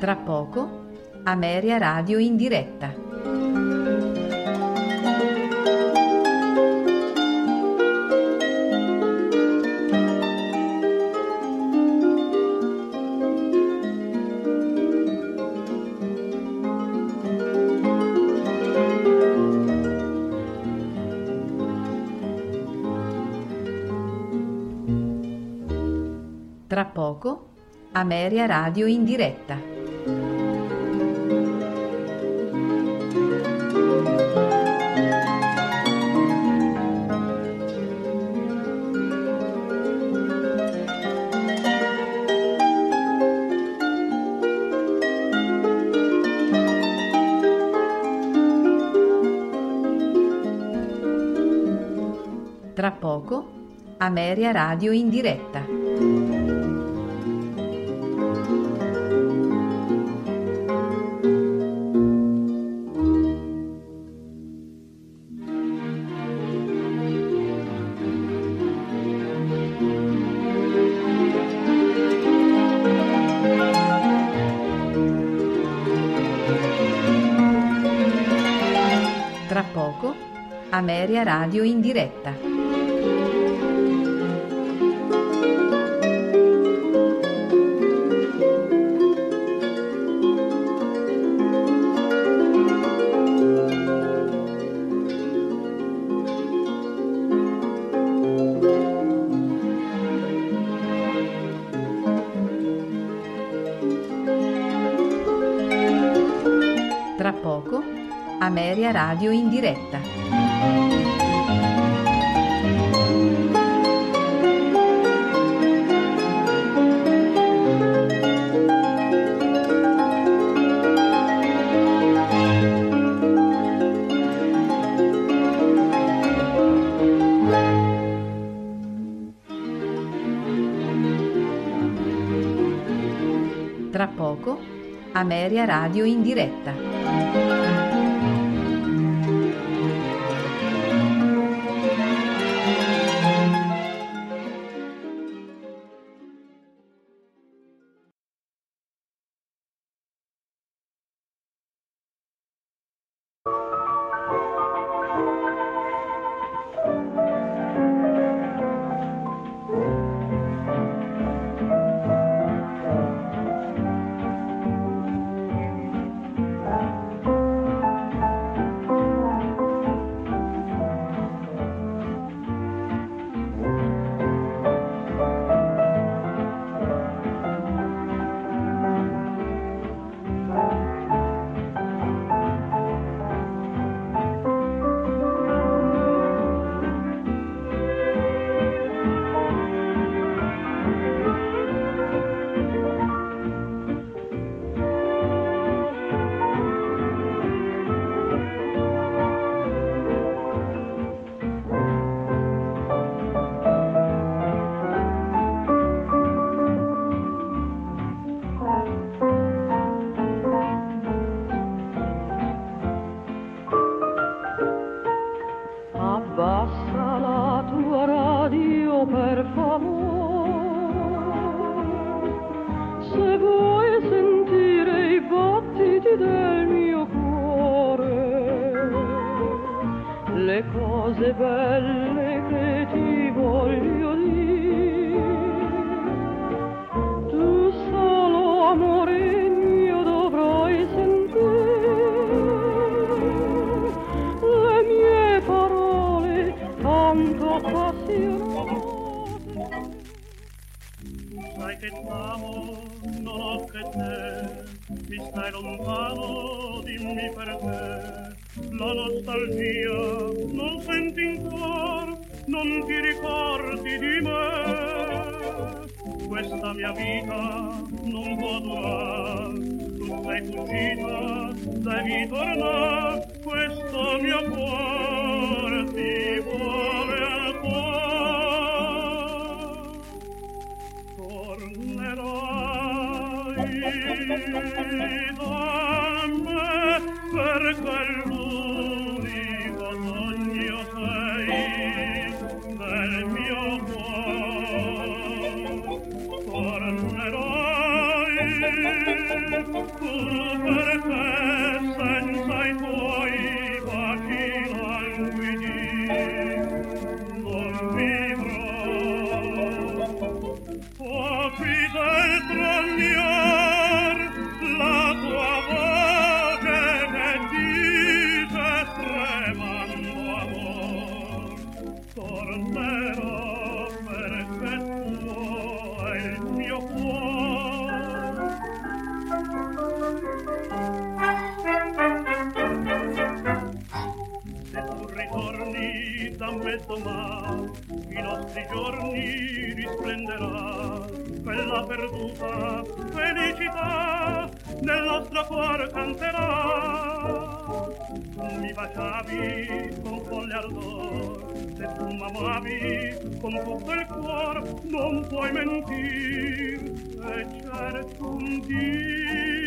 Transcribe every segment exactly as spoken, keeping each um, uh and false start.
Tra poco, Ameria Radio in diretta. Tra poco, Ameria Radio in diretta. Tra poco, Ameria Radio in diretta. Tra poco, Ameria Radio in diretta. Tra poco, Ameria Radio in diretta. Tra poco, Ameria Radio in diretta. Sai che t'amo, non ho che te, mi stai lontano, dimmi perché. La nostalgia non senti in cuor, non ti ricordi di me. Questa mia vita non può durare, tu sei fuggita, devi tornare. Questo mio cuore ti vuole ancora. Da me, perché l'unico sogno sei del mio cuore. Tornerai perché senza i tuoi baci languidi non vivrò. Fuochi del trogliar la tua voce che dice tremando amor, tornerò perché tuo è il mio cuore. Se tu ritorni da mezzo mar, i nostri giorni risplenderà quella perduta felicità nel nostro cuore canterà. Tu mi baciavi con folle ardor, se tu m'amavi con tutto il cuore, non puoi mentir, e certo un dì.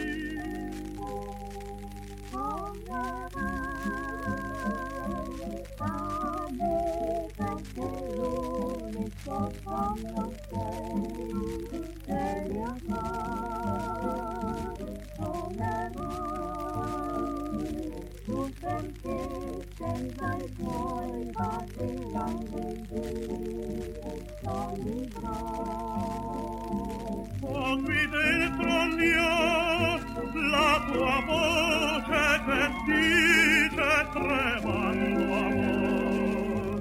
Fuochi del troglio, la tua voce che dice tremando amor.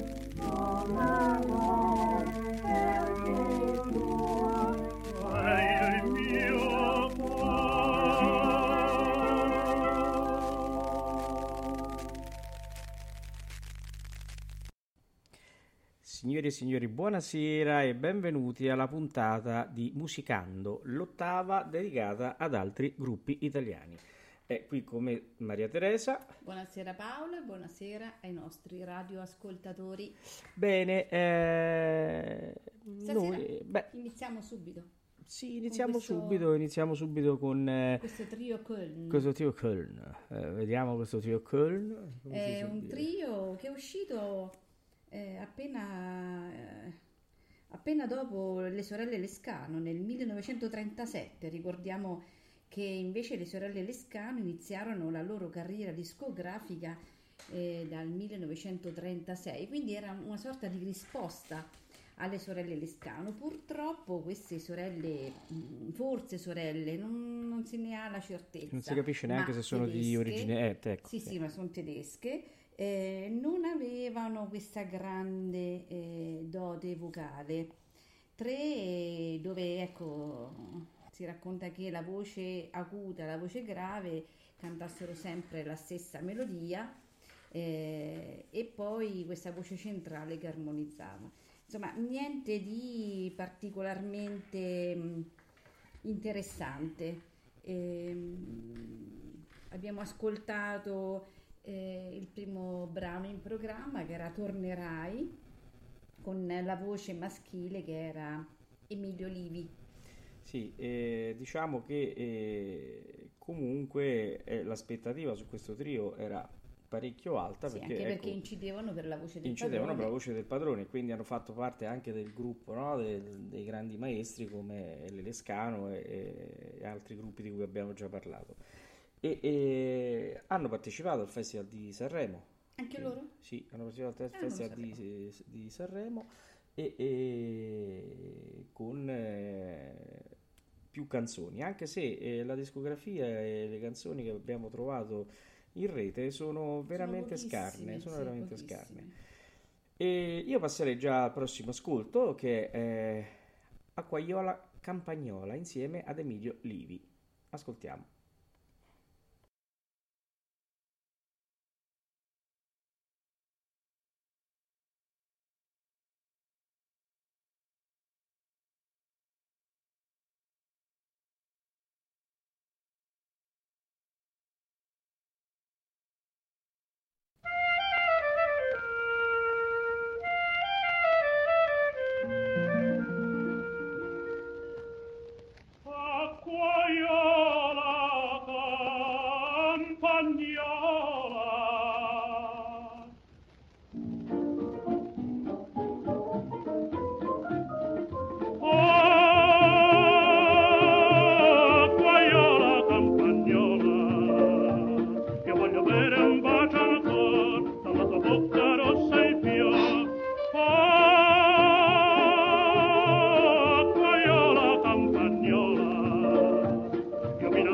È il mio cuore. Signore e signori, buonasera e benvenuti alla puntata di Musicando, l'ottava dedicata ad altri gruppi italiani. È qui con me Maria Teresa. Buonasera Paola e buonasera ai nostri radioascoltatori. Bene, eh, Stasera noi, beh, iniziamo subito. sì, iniziamo questo- subito, iniziamo subito con eh, Questo trio Köln questo trio Köln. Eh, vediamo questo trio Köln. Come si è suol un dire? trio che è uscito eh, appena, eh, appena dopo le sorelle Lescano nel millenovecentotrentasette. Ricordiamo che invece le sorelle Lescano iniziarono la loro carriera discografica eh, dal millenovecentotrentasei, quindi era una sorta di risposta alle sorelle Lescano. Purtroppo queste sorelle, mh, forse sorelle, non, non se ne ha la certezza. Non si capisce neanche ma se sono di tedesche, origine... Eh, ecco, Sì, sì, ma sono tedesche. eh, non avevano questa grande eh, dote vocale. Tre eh, dove, ecco, si racconta che la voce acuta e la voce grave cantassero sempre la stessa melodia, eh, e poi questa voce centrale che armonizzava. Insomma, niente di particolarmente mh, interessante. Ehm, abbiamo ascoltato eh, il primo brano in programma, che era Tornerai, con la voce maschile che era Emilio Livi. Sì, eh, diciamo che eh, comunque eh, l'aspettativa su questo trio era parecchio alta Sì, perché, anche perché ecco, incidevano per la voce del incidevano per la padrone. voce del padrone, quindi hanno fatto parte anche del gruppo, no, del- dei grandi maestri come le Lescano e, e altri gruppi di cui abbiamo già parlato. E, e hanno partecipato al Festival di Sanremo. Anche Sì, loro? sì, hanno partecipato al Ah, non lo Festival di, di Sanremo e, e con eh, più canzoni, anche se eh, la discografia e le canzoni che abbiamo trovato in rete sono veramente Sono scarne, pochissime, sono sì, veramente pochissime. scarne. E io passerei già al prossimo ascolto, che è Acquaiola Campagnola insieme ad Emilio Livi. Ascoltiamo. Acquaiola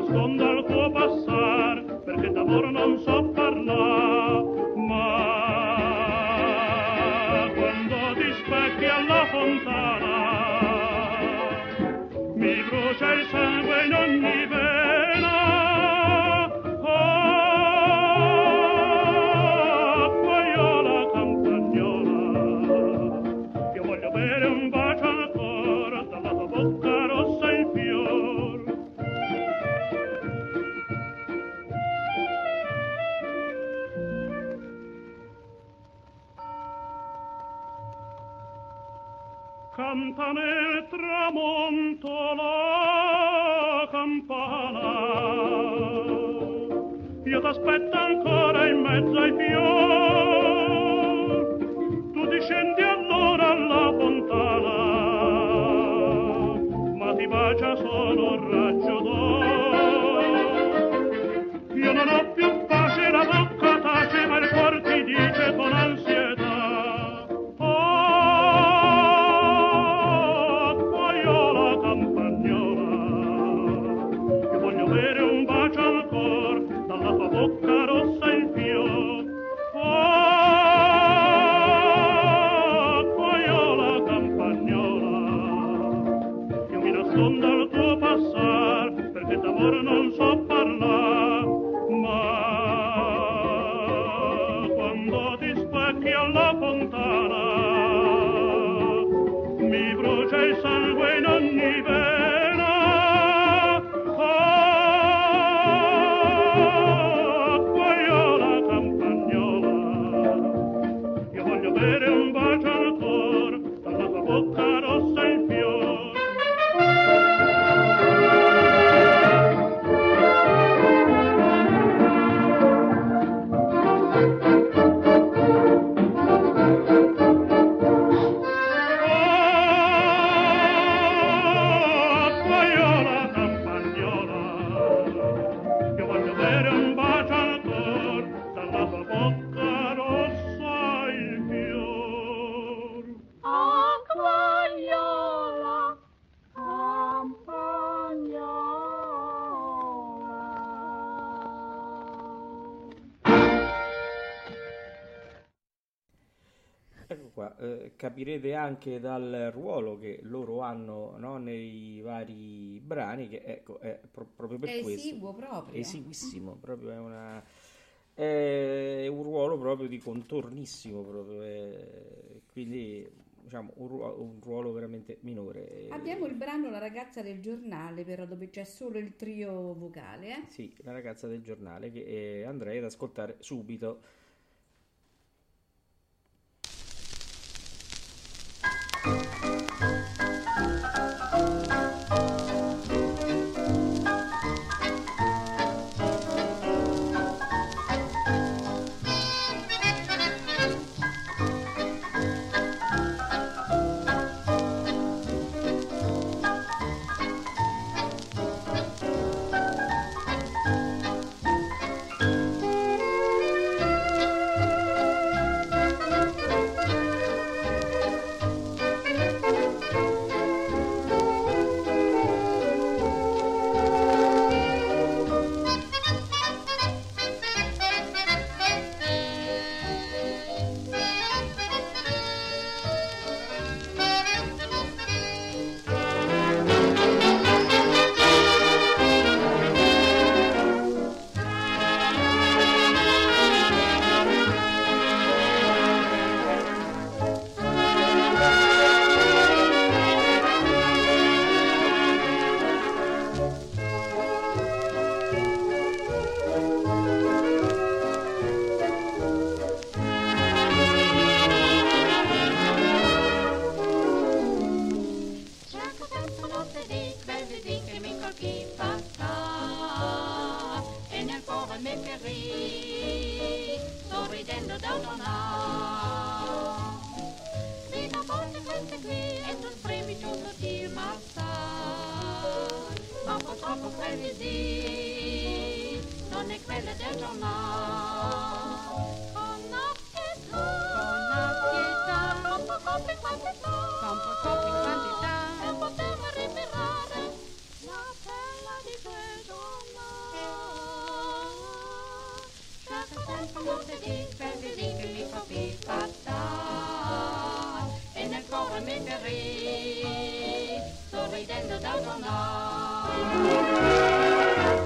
nascondo al tuo passar, perché d'amor non so parlare, ma quando ti specchi alla fontana mi brucia il sangue in ogni vena. Acquaiola campagnola, io voglio bere un bacio ancora dalla tua bocca rossa il fior. Canta nel tramonto la campana, io t'aspetto ancora in mezzo ai fior. Tu discendi allora alla fontana, ma ti bacia solo un raggio d'oro. Io non ho più pace, la bocca tace, ma il cuor ti dice con ansietà: bocca rossa il fior. Acquaiola campagnola, io mi nascondo al tuo passar, perché d'amor non so parlar, ma quando ti specchi alla fontana mi brucia il sangue in ogni vena. Bere un bacio ancora dalla tua bocca rossa il fior. Acquaiola campagnola, io voglio bere un bacio ancora dalla tua bocca rossa il fior. Acquaiola campagnola. Ecco qua, eh, capirete anche dal ruolo che loro hanno, no, nei vari brani, che ecco, è pro- proprio per È questo esiguo proprio. esiguissimo, proprio è una è un ruolo proprio di contornissimo proprio, è- quindi diciamo un ruolo, un ruolo veramente minore. Abbiamo il brano La ragazza del giornale, però, dove c'è solo il trio vocale, eh? Sì, la ragazza del giornale, che eh, andrei ad ascoltare subito. sorridendo da non ha. Dico forse queste qui e tu fremituto ti massa, ma purtroppo quelli sì non è quella del giornale. Con ansietà, con ansietà, troppo copre in quantità, troppo copre in quantità, per poter rimirare la bella di quella. Cerca sempre lunedì, venerdì che mi fa piffata e nel cuore mi ferì, sorridendo da donna.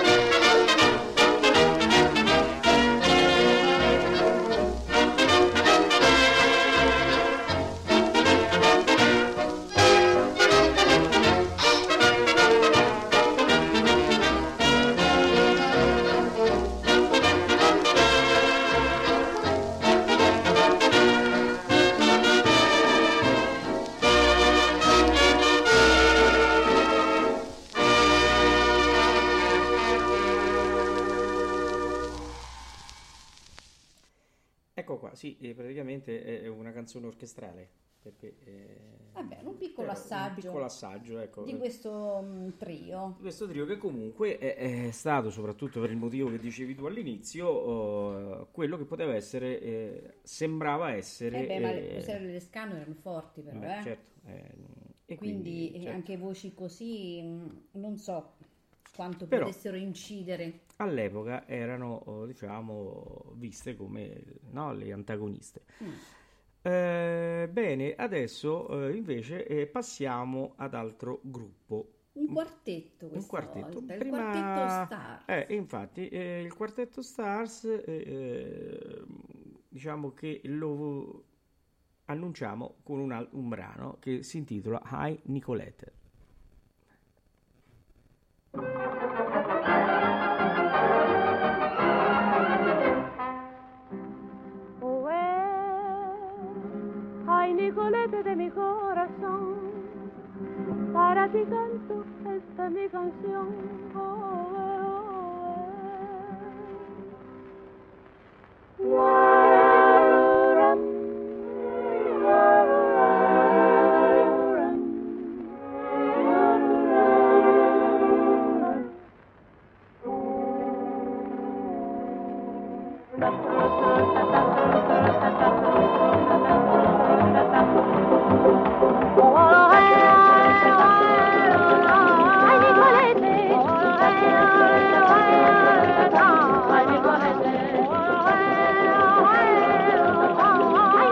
Ecco qua, sì, eh, praticamente è una canzone orchestrale, perché, eh, Vabbè, un piccolo però assaggio, un piccolo assaggio, ecco, di eh, questo mh, trio. di questo trio che comunque è, è stato, soprattutto per il motivo che dicevi tu all'inizio, eh, quello che poteva essere, eh, sembrava essere... Eh beh, ma le eh, Rosario Lescano erano forti però, beh, eh. certo, eh, e Quindi, quindi, eh, certo. anche voci così, mh, non so quanto Però- potessero incidere. All'epoca erano, oh, diciamo, viste come, no, le antagoniste. Mm. Eh, bene, adesso eh, invece eh, passiamo ad altro gruppo. Un quartetto Un questa quartetto. volta, il Prima- quartetto Star. Eh, infatti, eh, il quartetto Stars, eh, eh, diciamo che lo annunciamo con un, al- un brano che si intitola Hi Nicolette. Ay, Nicolete de mi corazón, para ti canto esta mi canción. Oh, eh, Ay, Nicolete, ay, Nicolete, ay,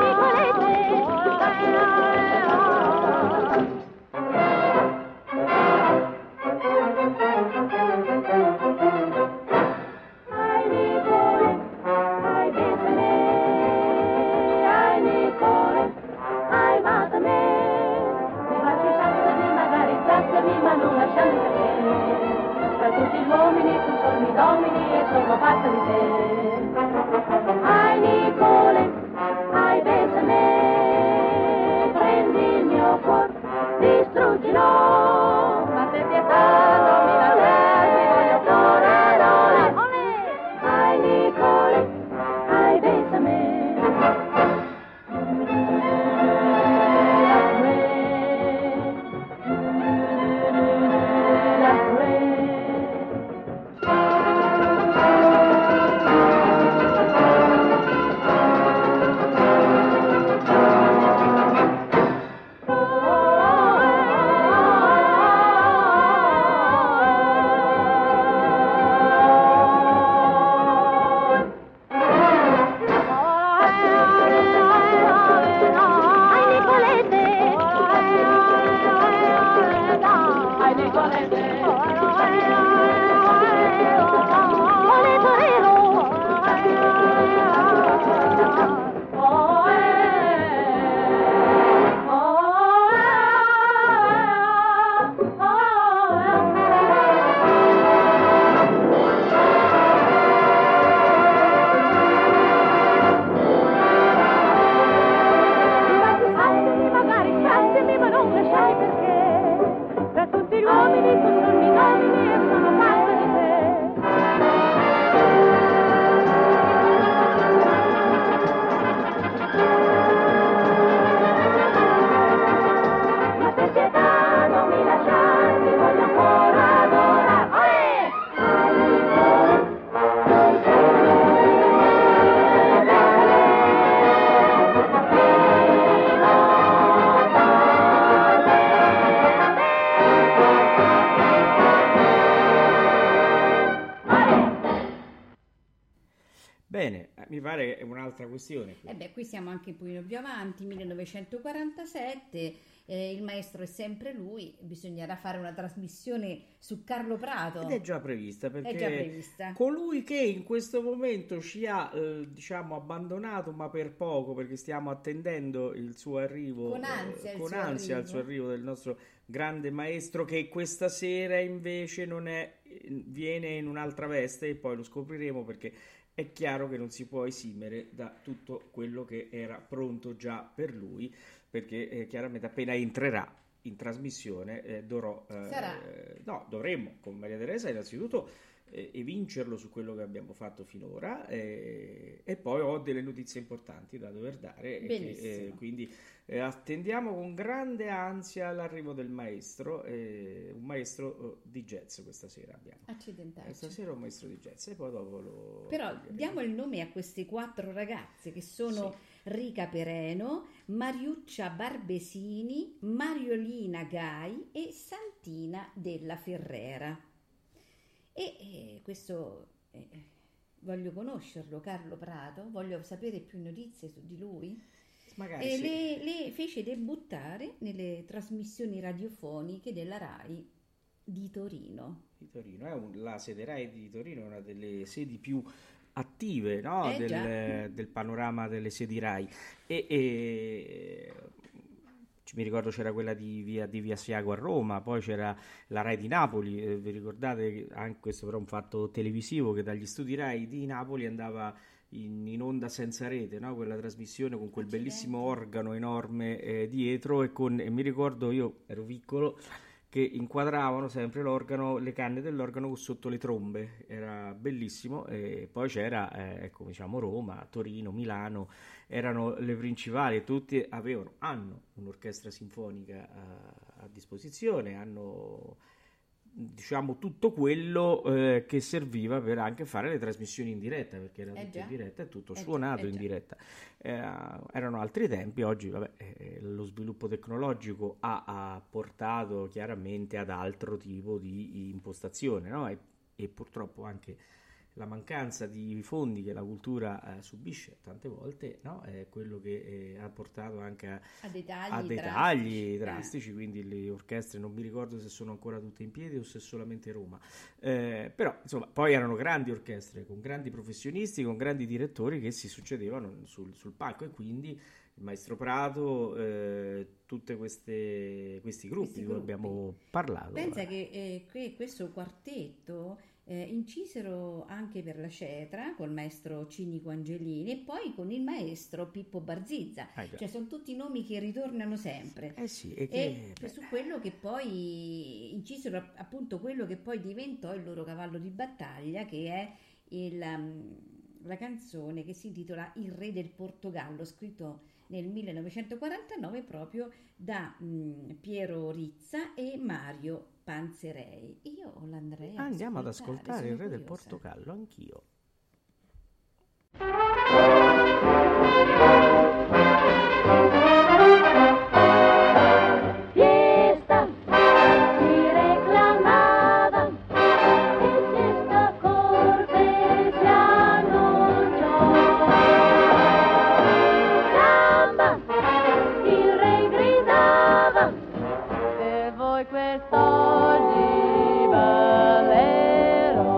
Ay, Nicole, ay, bésame, ay, Nicole, ay, baciami, mi baci saziami, magari saziami, ma non lasciami cadere. Tra tutti gli uomini tu solo mi domini e sono fatta di te. Ay, Nicole, ay, bésame, prendi il mio cuore, distruggilo, ma per pietà non mi lasciare, ti voglio adorare. Ay, Nicole, ay, bésame. La Bene, eh, mi pare che è un'altra questione qui. E beh, qui siamo anche un pochino più avanti, millenovecentoquarantasette, eh, il maestro è sempre lui, bisognerà fare una trasmissione su Carlo Prato. Ed è già prevista, perché È già prevista. colui che in questo momento ci ha, eh, diciamo, abbandonato, ma per poco, perché stiamo attendendo il suo arrivo, Con ansia eh, il con suo ansia il arrivo. suo arrivo del nostro grande maestro, che questa sera invece non è, viene in un'altra veste, e poi lo scopriremo, perché è chiaro che non si può esimere da tutto quello che era pronto già per lui, perché eh, chiaramente appena entrerà in trasmissione eh, dovrò, eh, Sarà. no, dovremmo con Maria Teresa innanzitutto eh, evincerlo su quello che abbiamo fatto finora, eh, e poi ho delle notizie importanti da dover dare, e che, Benissimo. eh, quindi eh, attendiamo con grande ansia l'arrivo del maestro, eh, un maestro eh, di jazz questa sera abbiamo. Accidentarci. Stasera un maestro di jazz, e poi dopo lo... Però lo diamo il nome a queste quattro ragazze che sono Rica Pereno, Mariuccia Barbesini, Mariolina Gai e Santina della Ferrera. E eh, questo eh, voglio conoscerlo, Carlo Prato, voglio sapere più notizie su di lui. Magari E sì. le, le fece debuttare nelle trasmissioni radiofoniche della RAI di Torino. Di Torino, è un- la sede RAI di Torino è una delle sedi più attive, no? Eh, del, già. del panorama delle sedi RAI, e, e ci- mi ricordo c'era quella di via, di via Asiago a Roma, poi c'era la RAI di Napoli, eh, vi ricordate, che anche questo però è un fatto televisivo, che dagli studi RAI di Napoli andava in, in onda senza rete, no? Quella trasmissione con quel Accidenti. bellissimo organo enorme eh, dietro, e, con, e mi ricordo, io ero piccolo, che inquadravano sempre l'organo, le canne dell'organo sotto le trombe, era bellissimo. E poi c'era, eh, ecco, diciamo, Roma, Torino, Milano, erano le principali, e tutti avevano, hanno un'orchestra sinfonica a, a disposizione, hanno, diciamo, tutto quello eh, che serviva per anche fare le trasmissioni in diretta, perché era Eh tutto già. in diretta, è tutto Eh già, suonato eh in già. diretta. Eh, erano altri tempi, oggi vabbè, eh, lo sviluppo tecnologico ha, ha portato chiaramente ad altro tipo di impostazione, no? E, e purtroppo anche la mancanza di fondi che la cultura eh, subisce tante volte, no? È quello che eh, ha portato anche a, A dei tagli, a dei drastici. tagli Eh. drastici, quindi le orchestre non mi ricordo se sono ancora tutte in piedi o se solamente Roma. Eh, però insomma poi erano grandi orchestre con grandi professionisti, con grandi direttori che si succedevano sul, sul palco, e quindi il maestro Prato, eh, tutte queste questi gruppi Questi di cui gruppi. abbiamo parlato. Pensa eh. che eh, que- questo quartetto eh, incisero anche per la Cetra col maestro Cinico Angelini e poi con il maestro Pippo Barzizza. Ah, già. Cioè sono tutti nomi che ritornano sempre. Eh sì, e E che, su quello che poi incisero app- appunto quello che poi diventò il loro cavallo di battaglia, che è il, um, la canzone che si intitola Il Re del Portogallo, scritto nel millenovecentoquarantanove proprio da mm, Piero Rizza e Mario Panzerei. Io l'andrei a andiamo ad ascoltare, ascoltare il sono Re del curiosa. Portogallo, anch'io. Fiesta si reclamava e fiesta corte si annunciò. Samba, il re gridava, e voi quest'oggi ballerò.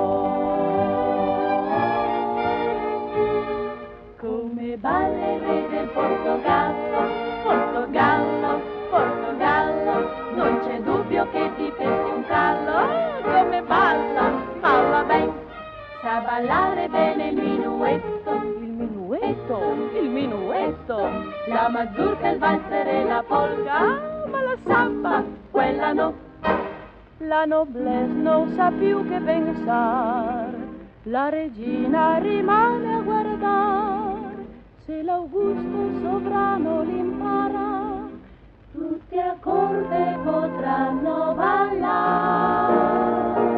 Come balla il re del Portogallo, Portogallo, Portogallo, non c'è dubbio che ti pesti un callo. Come balla, balla ben, sa ballare bene il minuetto, il minuetto, il minuetto, la mazurka, il valzer e la polka, ma la samba, quella no. La noblesse non sa più che pensar, la regina rimane a guardar, se l'augusto sovrano l'impara, tutti a corte potranno ballare.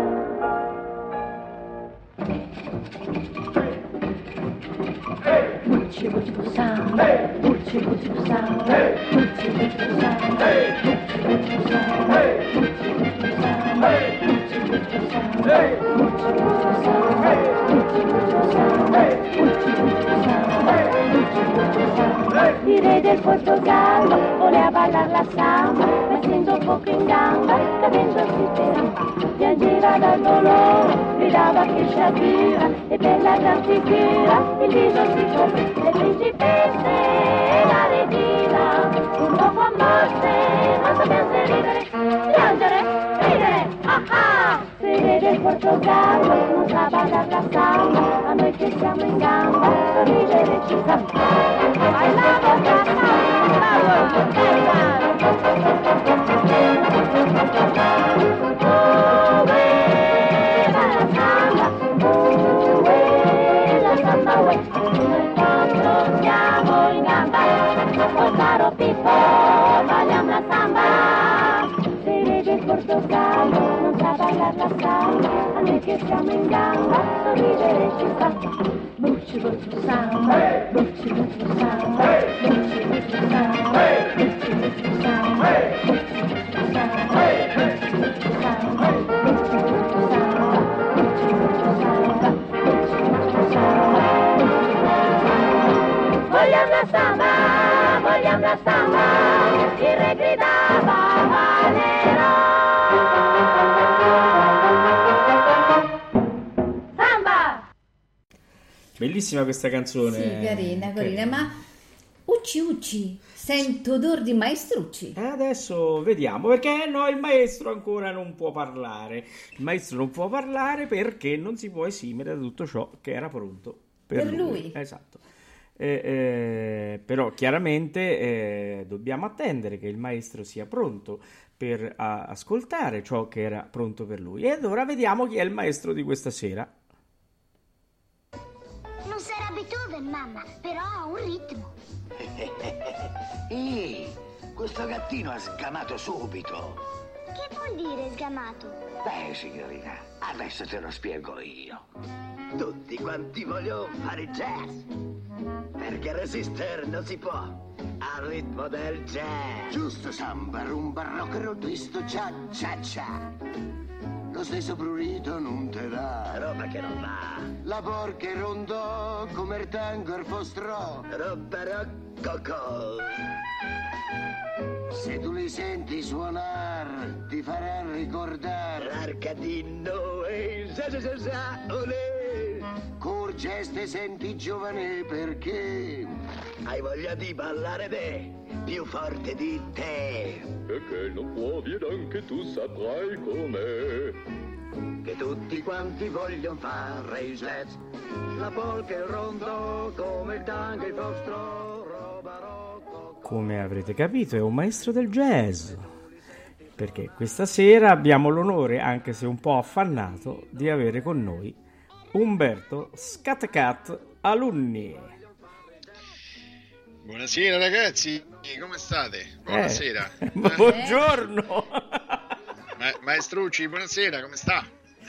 Mucci mucci bussam, mucci mucci bussam, mucci mucci bussam, mucci mucci bussam, mucci mucci bussam, mucci mucci bussam, mucci mucci bussam. Il re del Portogallo voleva ballar la samba, ma essendo poco in gamba, cadendosi ferma, piangeva dal dolore, gridava che sciabira, e per la cantichera il viso si coprì. Le principesse e la regina, un poco a morte, non sappiamo se ridere, piangere, ridere, ah ah! Se il re del Portogallo non sa ballar la samba, a noi che siamo in gamba, sorridere ci sa. Bailamos la samba, la samba, noi quattro siamo in gamba, col caro Pippo balliamo la samba. Se il re del Portogallo non sa ballar la samba, a noi che siamo in gamba, sorridere ci fa. Bucci bucci samba, bucci bucci samba, bucci bucci samba, bucci bucci samba, bucci bucci samba, bucci bucci samba, bucci bucci samba, bucci bucci samba, bucci bucci samba. Vogliamo la samba, vogliamo la samba, il re gridava ballerò. Bellissima questa canzone. Sì, carina, carina, ma ucci ucci, sento odor di maestrucci. E adesso vediamo, perché no, il maestro ancora non può parlare. Il maestro non può parlare perché non si può esimere da tutto ciò che era pronto per, Per lui. lui. Esatto. Eh, eh, però chiaramente eh, dobbiamo attendere che il maestro sia pronto per a- ascoltare ciò che era pronto per lui. E allora vediamo chi è il maestro di questa sera. Non sarà Beethoven, mamma, però ha un ritmo. Ehi, questo gattino ha sgamato subito. Che vuol dire sgamato? Beh, signorina, adesso te lo spiego io. Tutti quanti vogliono fare jazz, perché resistere non si può al ritmo del jazz. Giusto samba, rumba, rock, roll, twist, cia cia cia. Lo stesso prurito non te dà. Roba che non va. La porca e rondò, come il tango e il fostrò. Roba roccocò. Se tu li senti suonar, ti farà ricordare l'arca di Noè. Sa sa sa sa, olè. Col geste senti giovane perché hai voglia di ballare te, più forte di te. E che non puoi ed anche tu saprai com'è. Che tutti quanti vogliono fare il jazz, la polka e il rondò, come il tango e il foxtrot, roba rocco. Come avrete capito, è un maestro del jazz, perché questa sera abbiamo l'onore, anche se un po' affannato, di avere con noi Umberto Scatcat Alunni. Buonasera ragazzi, come state? Buonasera. Eh, ma buongiorno. Ma- Maestrucci, buonasera, come sta?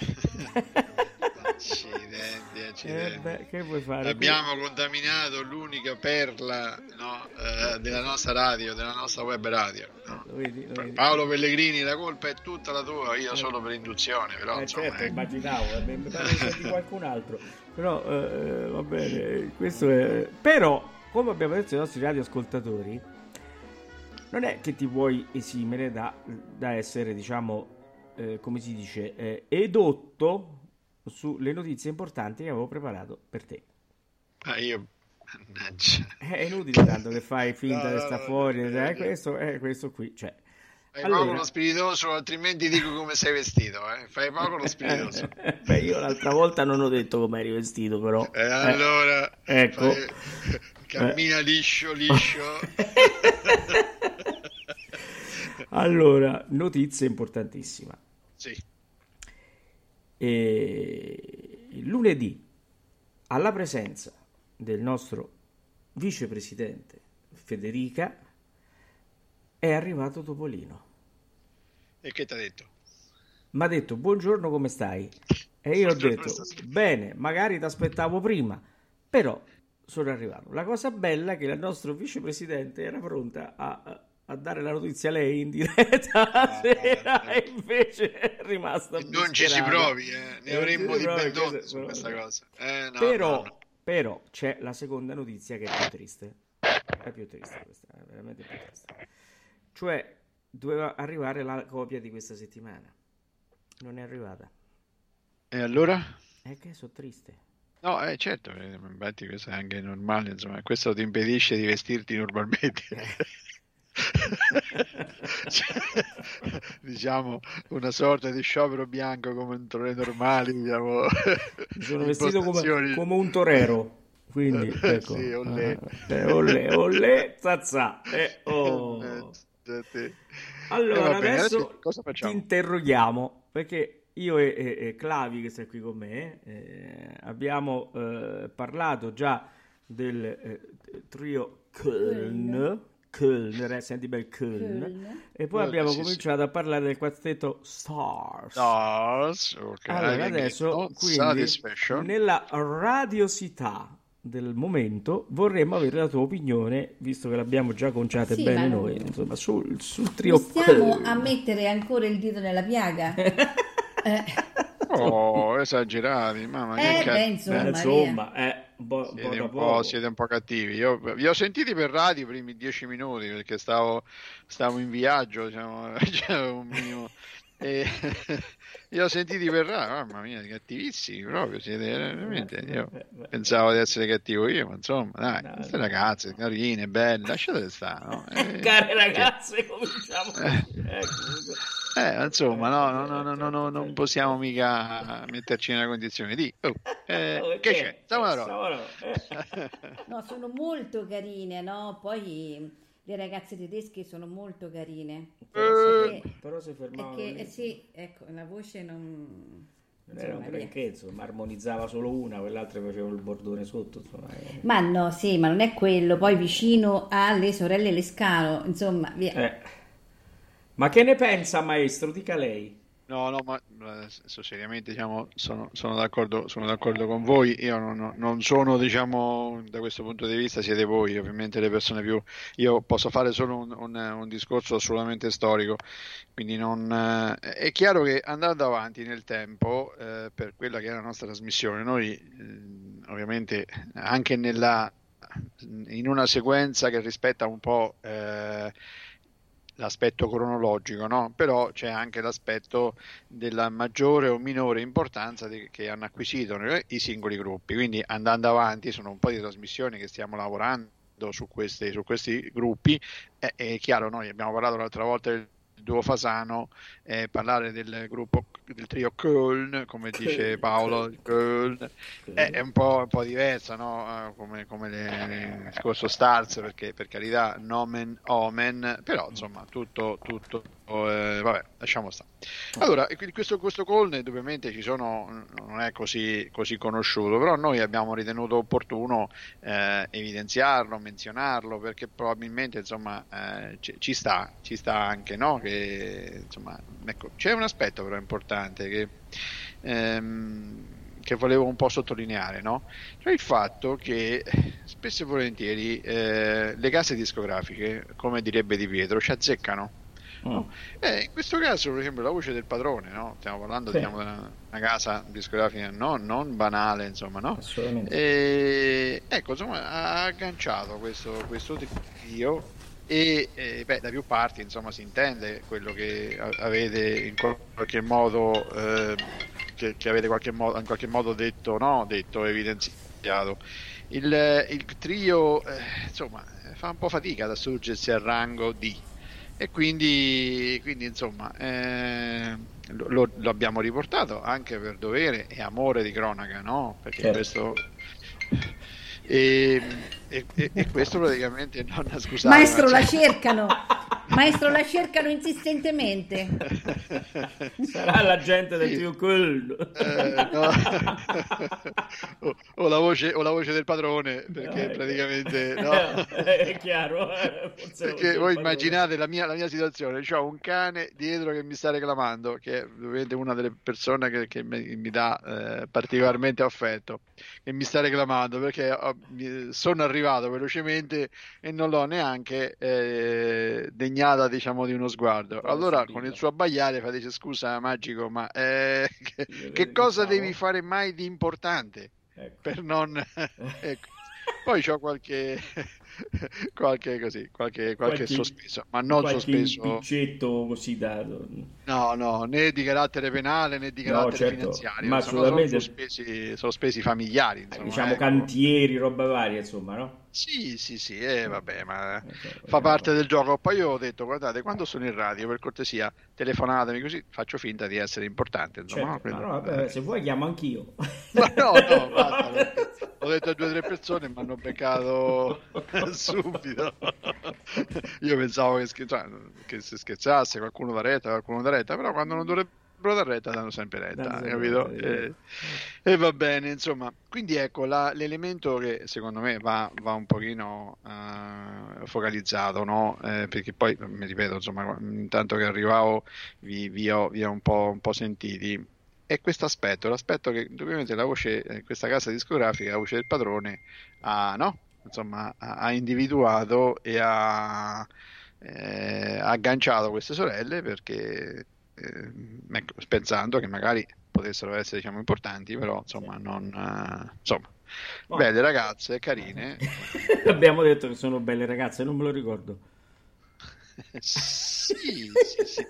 Accidenti, accidenti. Eh beh, che vuoi fare? Abbiamo contaminato l'unica perla, no, eh, della nostra radio, della nostra web radio. No? Lo vedi, lo vedi. Paolo Pellegrini, la colpa è tutta la tua, io solo per induzione, però Eh, insomma, certo, eh. immaginavo, eh, mi pare che sia di qualcun altro. Però eh, va bene, questo è. Però, come abbiamo detto ai nostri radioascoltatori, non è che ti puoi esimere da, da essere, diciamo, eh, come si dice, eh, edotto sulle notizie importanti che avevo preparato per te. Ah, io, mannaggia. È inutile tanto che fai finta No, di no, sta no, fuori, no, eh, no. questo è questo qui, cioè. Fai Allora- poco lo spiritoso, altrimenti dico come sei vestito, eh? Fai poco lo spiritoso. Beh, io l'altra volta non ho detto come eri vestito, però. E allora, Eh, ecco. fai- cammina liscio, liscio. Allora, notizia importantissima. Sì. E lunedì, alla presenza del nostro vicepresidente Federica, è arrivato Topolino. E che ti ha detto? Mi ha detto: buongiorno, come stai? E io ho Buongiorno, detto: stasera. bene, magari ti aspettavo prima, però sono arrivato. La cosa bella è che il nostro vicepresidente era pronta a, a a dare la notizia lei in diretta la sera e invece è rimasta non ci si provi, eh. ne avremmo di ben donne su questa cosa, eh, no, però, no, no. però c'è la seconda notizia che è più triste, è più triste questa, è veramente più triste, cioè doveva arrivare la copia di questa settimana, non è arrivata, e allora? È che sono triste. No, eh, certo, infatti questo è anche normale, insomma, questo ti impedisce di vestirti normalmente. Cioè, diciamo una sorta di sciopero bianco come un torero normale, diciamo. Mi sono vestito come, come un torero, quindi ecco. Sì, olè. Eh, olè, olè, zazza. Eh, oh. Allora, eh, bene, adesso, adesso cosa facciamo? ti interroghiamo, perché io e, e, e Clavi, che sta qui con me, eh, abbiamo eh, parlato già del eh, trio Köln, Köln, senti bel Köln, Köln. E poi Köln, abbiamo sì, cominciato sì. a parlare del quartetto Stars. Stars, ok. Allora, adesso, quindi, nella radiosità del momento vorremmo avere la tua opinione, visto che l'abbiamo già conciata sì, bene noi, insomma, sul, sul trio stiamo Köln. a mettere ancora il dito nella piaga. eh. Oh, esagerati, mamma eh, che beh, insomma, beh, insomma eh, un po', siete, un un po', po', siete un po' cattivi. Io vi ho sentiti per radio i primi dieci minuti perché stavo, stavo in viaggio, diciamo, c'era un minimo, e io ho sentiti per radio, mamma mia, cattivissimi proprio, siete veramente, io pensavo di essere cattivo io, ma insomma, dai, no, queste no. ragazze carine, belle, lasciatele stare, no? Eh, care ragazze, che... cominciamo eh. Eh, insomma, no, no, no, no, no, no, non possiamo mica metterci nella condizione di oh, eh, oh, che c'è? Savaro. No, sono molto carine, no? Poi le ragazze tedesche sono molto carine. Eh, che, però si fermavano che, eh, sì, ecco, la voce non... non era un granché, insomma, armonizzava solo una, quell'altra faceva il bordone sotto, insomma. Eh. Ma no, sì, ma non è quello. Poi vicino alle sorelle Lescano, insomma, via. Eh. Ma che ne pensa, maestro? Dica lei. No, no, ma so, seriamente, diciamo, sono, sono, d'accordo, sono d'accordo con voi. Io non, non sono, diciamo, da questo punto di vista siete voi, ovviamente le persone più... Io posso fare solo un, un, un discorso assolutamente storico, quindi non... Eh, è chiaro che andando avanti nel tempo, eh, per quella che è la nostra trasmissione, noi eh, ovviamente anche nella in una sequenza che rispetta un po'... Eh, l'aspetto cronologico, no? Però c'è anche l'aspetto della maggiore o minore importanza di, che hanno acquisito i singoli gruppi, quindi andando avanti sono un po' di trasmissioni che stiamo lavorando su questi, su questi gruppi, è, è chiaro, noi abbiamo parlato l'altra volta del duo Fasano, eh, parlare del gruppo del trio Köln, come dice Paolo, Köln, è, è un po', un po' diversa, no? come, come le, il discorso Stars, perché per carità nomen omen, però insomma tutto, tutto eh, vabbè, lasciamo stare. Allora, questo, questo Köln ovviamente ci sono, non è così, così conosciuto, però noi abbiamo ritenuto opportuno eh, evidenziarlo, menzionarlo, perché probabilmente insomma eh, ci, ci sta, ci sta anche, no? Che insomma, ecco, c'è un aspetto però importante che, ehm, che volevo un po' sottolineare, no? Cioè il fatto che spesso e volentieri eh, le case discografiche, come direbbe Di Pietro, ci azzeccano. No? Eh, in questo caso, per esempio, la voce del padrone, no? Stiamo parlando sì. diciamo, di una, una casa discografica no? non banale, insomma, no? Assolutamente. E, ecco, insomma, ha agganciato questo, questo trio. E eh, beh, da più parti insomma si intende quello che avete in qualche modo eh, che, che avete qualche modo, in qualche modo detto, no? detto evidenziato il, il trio eh, insomma fa un po' fatica ad assurgersi al rango di e quindi, quindi insomma eh, lo, lo abbiamo riportato anche per dovere e amore di cronaca, no? Perché certo. questo E, e, e questo praticamente non scusate maestro la cercano Maestro, la cercano insistentemente. Sarà la gente del Sì. più cool. Eh, no. o, o la voce, o la voce del padrone, perché Eh, praticamente no. È chiaro. eh, forse Perché non- voi immaginate la mia, la mia situazione, c'ho un cane dietro che mi sta reclamando, che è ovviamente una delle persone che, che mi, mi dà eh, particolarmente affetto, che mi sta reclamando perché ho- mi- sono arrivato velocemente e non l'ho neanche eh, degnata, diciamo, di uno sguardo. Povero Allora Sabino. con il suo abbaiare fa, dice: scusa Magico, ma eh, che, Io che le cosa diciamo- devi fare mai di importante Ecco. per non... ecco. Poi c'ho qualche... qualche così, qualche, qualche Qualche- sospeso, ma non qualche sospeso, impiccietto così dato. no, no, né di carattere penale né di No, carattere certo, finanziario, ma insomma, assolutamente- sono sospesi, sospesi familiari, insomma, Diciamo ecco. cantieri, roba varia, insomma, no? Sì, sì, sì, eh, vabbè, ma Ecco, fa vogliamo- parte del gioco. Poi io ho detto: guardate, quando sono in radio, per cortesia, telefonatemi, così faccio finta di essere importante, insomma, Certo, no? no, no, vabbè, se vuoi chiamo anch'io. Ma no, no, basta, perché ho detto a due o tre persone e mi hanno beccato subito. Io pensavo che, scherza- che si scherzasse, qualcuno da retta, qualcuno da retta, però quando non dovrebbero dar retta danno sempre retta, Danno sempre capito? retta, E, e va bene, insomma. Quindi ecco, la- l'elemento che secondo me va, va un pochino eh, focalizzato, no? Eh, perché poi, mi ripeto, insomma, intanto che arrivavo vi, vi ho, vi ho un po', un po' sentiti. È questo aspetto, l'aspetto che ovviamente la voce, eh, questa casa discografica, la voce del padrone, ha, no? Insomma, ha, ha individuato e ha, eh, ha agganciato queste sorelle perché eh, ecco, pensando che magari potessero essere, diciamo, importanti, però insomma non eh, insomma, Oh. belle ragazze, carine. Abbiamo detto che sono belle ragazze, non me lo ricordo. Sì, sì, sì, sì.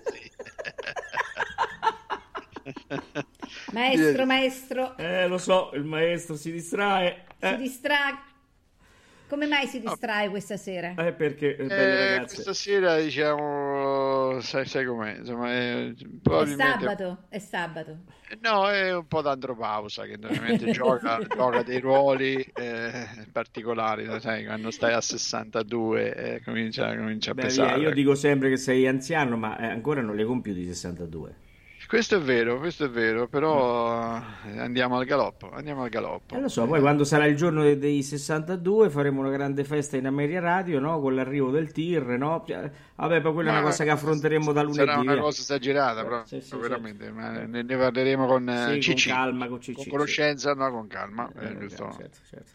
Maestro, maestro, Eh, lo so, il maestro si distrae. si Eh, distrae. Come mai si distrae questa sera? eh, perché eh, belle Eh, ragazze. questa sera, diciamo, sai, sai com'è, insomma, è, È probabilmente sabato, è sabato. no, è un po' d'andropausa che ovviamente gioca, gioca dei ruoli eh, particolari, lo sai, quando stai a sessantadue eh, comincia, comincia a Beh, pesare. via, io dico sempre che sei anziano, ma eh, ancora non le compiuti i sessantadue. Questo è vero, questo è vero, però eh, andiamo al galoppo, andiamo al galoppo. Eh, lo so, poi quando sarà il giorno dei, dei sessantadue faremo una grande festa in Ameria Radio, no? Con l'arrivo del tir, no? Cioè, vabbè, poi quella è una Ma cosa che affronteremo da lunedì. sarà una via. cosa esagerata, Eh, però sì, sì, veramente, ma ne, ne parleremo con eh, Sì, con Cicci, calma, con Cicci, con sì. conoscenza, no, con calma. eh, Eh, questo- certo, certo.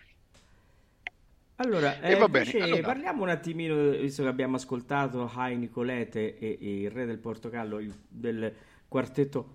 Allora, E eh, va bene, invece allora. parliamo un attimino, visto che abbiamo ascoltato Hai Nicolete e, e il Re del Portogallo, il- del quartetto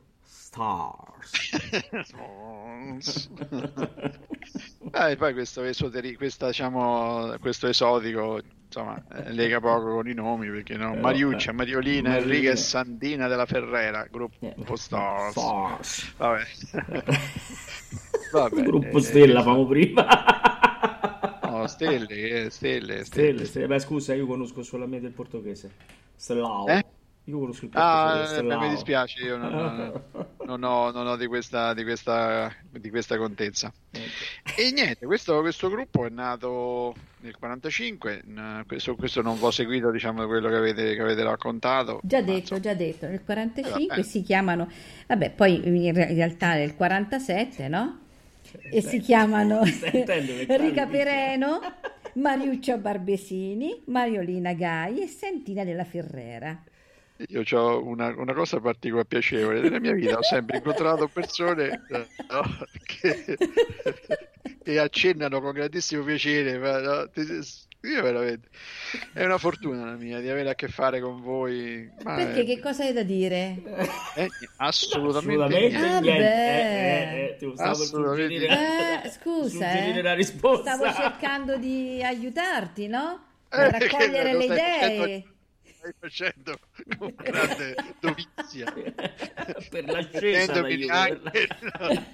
Stars. Eh, poi questo, esoteri- questa, diciamo, questo esotico, insomma, eh, lega poco con i nomi, perché no? Però, Mariuccia, eh, Mariolina, Mariolina. Enrica e Sandina della Ferrera, gruppo Eh, Stars. Stars. Vabbè. Vabbè, Il gruppo eh, Stella, eh, famo prima. no, stelle, eh, stelle, stelle. Stelle, stelle. Beh, scusa, io conosco solamente il portoghese. Stellao. Eh? Io conosco il portoghese. Ah, eh, Stellao. mi dispiace, io non, non- non ho, non ho di questa, di questa, di questa contezza. Ecco. E niente, questo, questo gruppo è nato nel quarantacinque, n- questo, questo non l'ho seguito, diciamo, quello che avete, che avete raccontato. Già ma, detto, insomma, già detto, nel quarantacinque vabbè. si chiamano, vabbè, poi in re- in realtà nel quarantasette, no? E si chiamano Sentendo le Enrica chiavi, Pereno, Mariuccia Barbesini, Mariolina Gai e Santina della Ferrera. Io ho una, una cosa particolare piacevole nella mia vita, ho sempre incontrato persone eh, no, che, che accennano con grandissimo piacere, ma, no, ti- io veramente è una fortuna la mia di avere a che fare con voi, ma Perché è- che cosa hai da dire? è assolutamente, Assolutamente niente. Ah, niente. beh. Eh, eh, eh, ti stavo per Assolutamente suggerire, Eh, scusa, suggerire eh. la risposta. Stavo cercando di aiutarti, no? Eh, Per che raccogliere lo le stai facendo- idee. stai facendo con grande dovizia. Per l'ascesa Mettendomi d'aiuto, neanche- per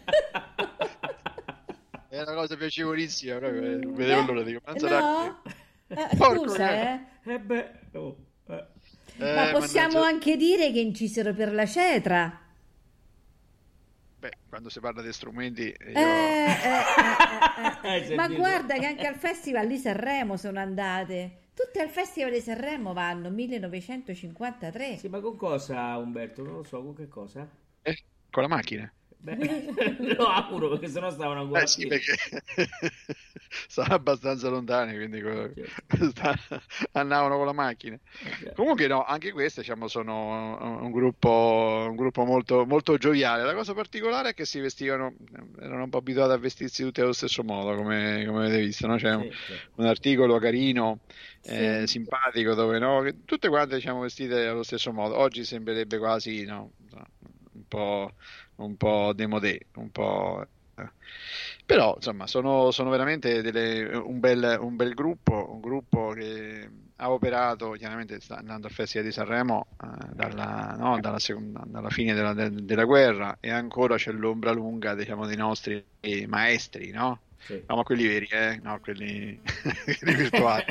È una cosa piacevolissima proprio, eh, non vedevo l'ora di No? sarà Eh, Porco scusa, cane. eh. Eh beh, oh, eh. che- Ma Eh, possiamo mannaggia- anche dire che incisero per la cetra. Beh, quando si parla di strumenti io... Eh, eh, eh, eh, eh. Hai Ma sentito? guarda che anche al festival di Sanremo sono andate. Tutte al Festival di Sanremo vanno, millenovecentocinquantatré. Sì, ma con cosa, Umberto? Non lo so, con che cosa? Eh, con la macchina. Beh, lo auguro, perché sennò stavano ancora Eh sì, perché sono abbastanza lontani, quindi co- sta- andavano con la macchina. Comunque no, anche queste diciamo, sono un gruppo, un gruppo molto, molto gioviale. La cosa particolare è che si vestivano, erano un po' abituati a vestirsi tutti allo stesso modo, come, come avete visto, no? C'è un, Sì, sì. un articolo carino, eh, Sì. simpatico, dove no, che tutte quante diciamo vestite allo stesso modo. Oggi sembrerebbe quasi no, un po', un po' démodé, un po'. eh. Però insomma sono, sono veramente delle- un bel, un bel gruppo, un gruppo che ha operato, chiaramente sta andando al Festival di Sanremo eh, dalla, no, dalla, seconda- dalla fine della, del- della guerra, e ancora c'è l'ombra lunga diciamo, dei nostri maestri, no? Sì. No, ma quelli veri, eh? No, quelli, quelli virtuali.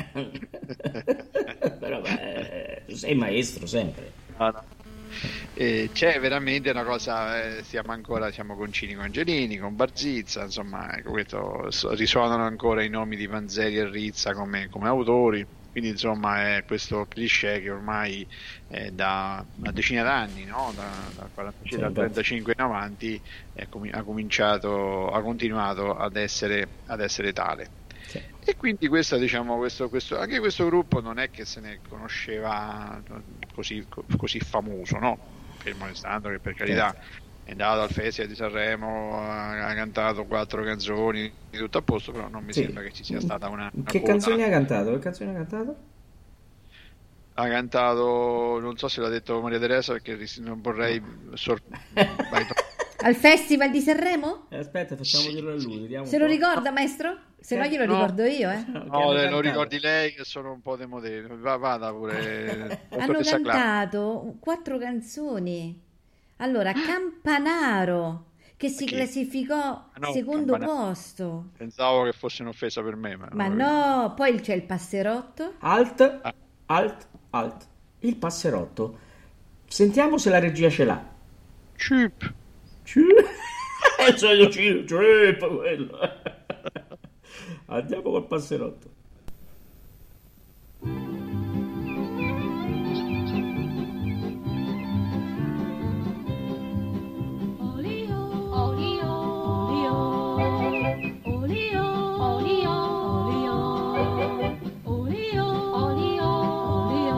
Però beh, tu sei maestro sempre. No, no. E c'è veramente una cosa, eh, stiamo ancora diciamo, con Cini con Angelini, con Barzizza, insomma, ecco, questo, so- risuonano ancora i nomi di Vanzeri e Rizza come, come autori, quindi insomma è questo cliché che ormai è da una decina d'anni, no? da, da quarantacinque, Sì, dal infatti. trentacinque in avanti è comi- ha cominciato, ha continuato ad essere, ad essere tale. Sì. E quindi questo, diciamo, questo, questo, anche questo gruppo non è che se ne conosceva così, così famoso, no? Fermo restando che per carità è andato al Festival di Sanremo, ha, ha cantato quattro canzoni, tutto a posto, però non mi Sì. sembra che ci sia stata una, una Che coda. canzoni ha cantato? Che canzoni ha cantato? Ha cantato, non so se l'ha detto Maria Teresa perché ris- non vorrei sor- vai, to- Al Festival di Sanremo? Eh, aspetta, facciamo Sì, dirlo a sì. lui. Vediamo un Se lo po'. ricorda, maestro? Se no glielo No. ricordo io, eh. Che No, hanno le- lo cantato. ricordi lei che sono un po' demodé. Va, vada pure. Hanno dottoressa Clara. cantato quattro canzoni. Allora, Campanaro, che si Chi? classificò Ah, no, secondo Campanaro. posto. Pensavo che fosse un'offesa per me, ma, Ma no, poi c'è il Passerotto. Alt, alt, alt. Il passerotto. Sentiamo se la regia ce l'ha. Chip. Eh, c'è io ci- chip, quello. Andiamo col passerotto. Olio, olio, olio, olio, olio, olio, olio, olio.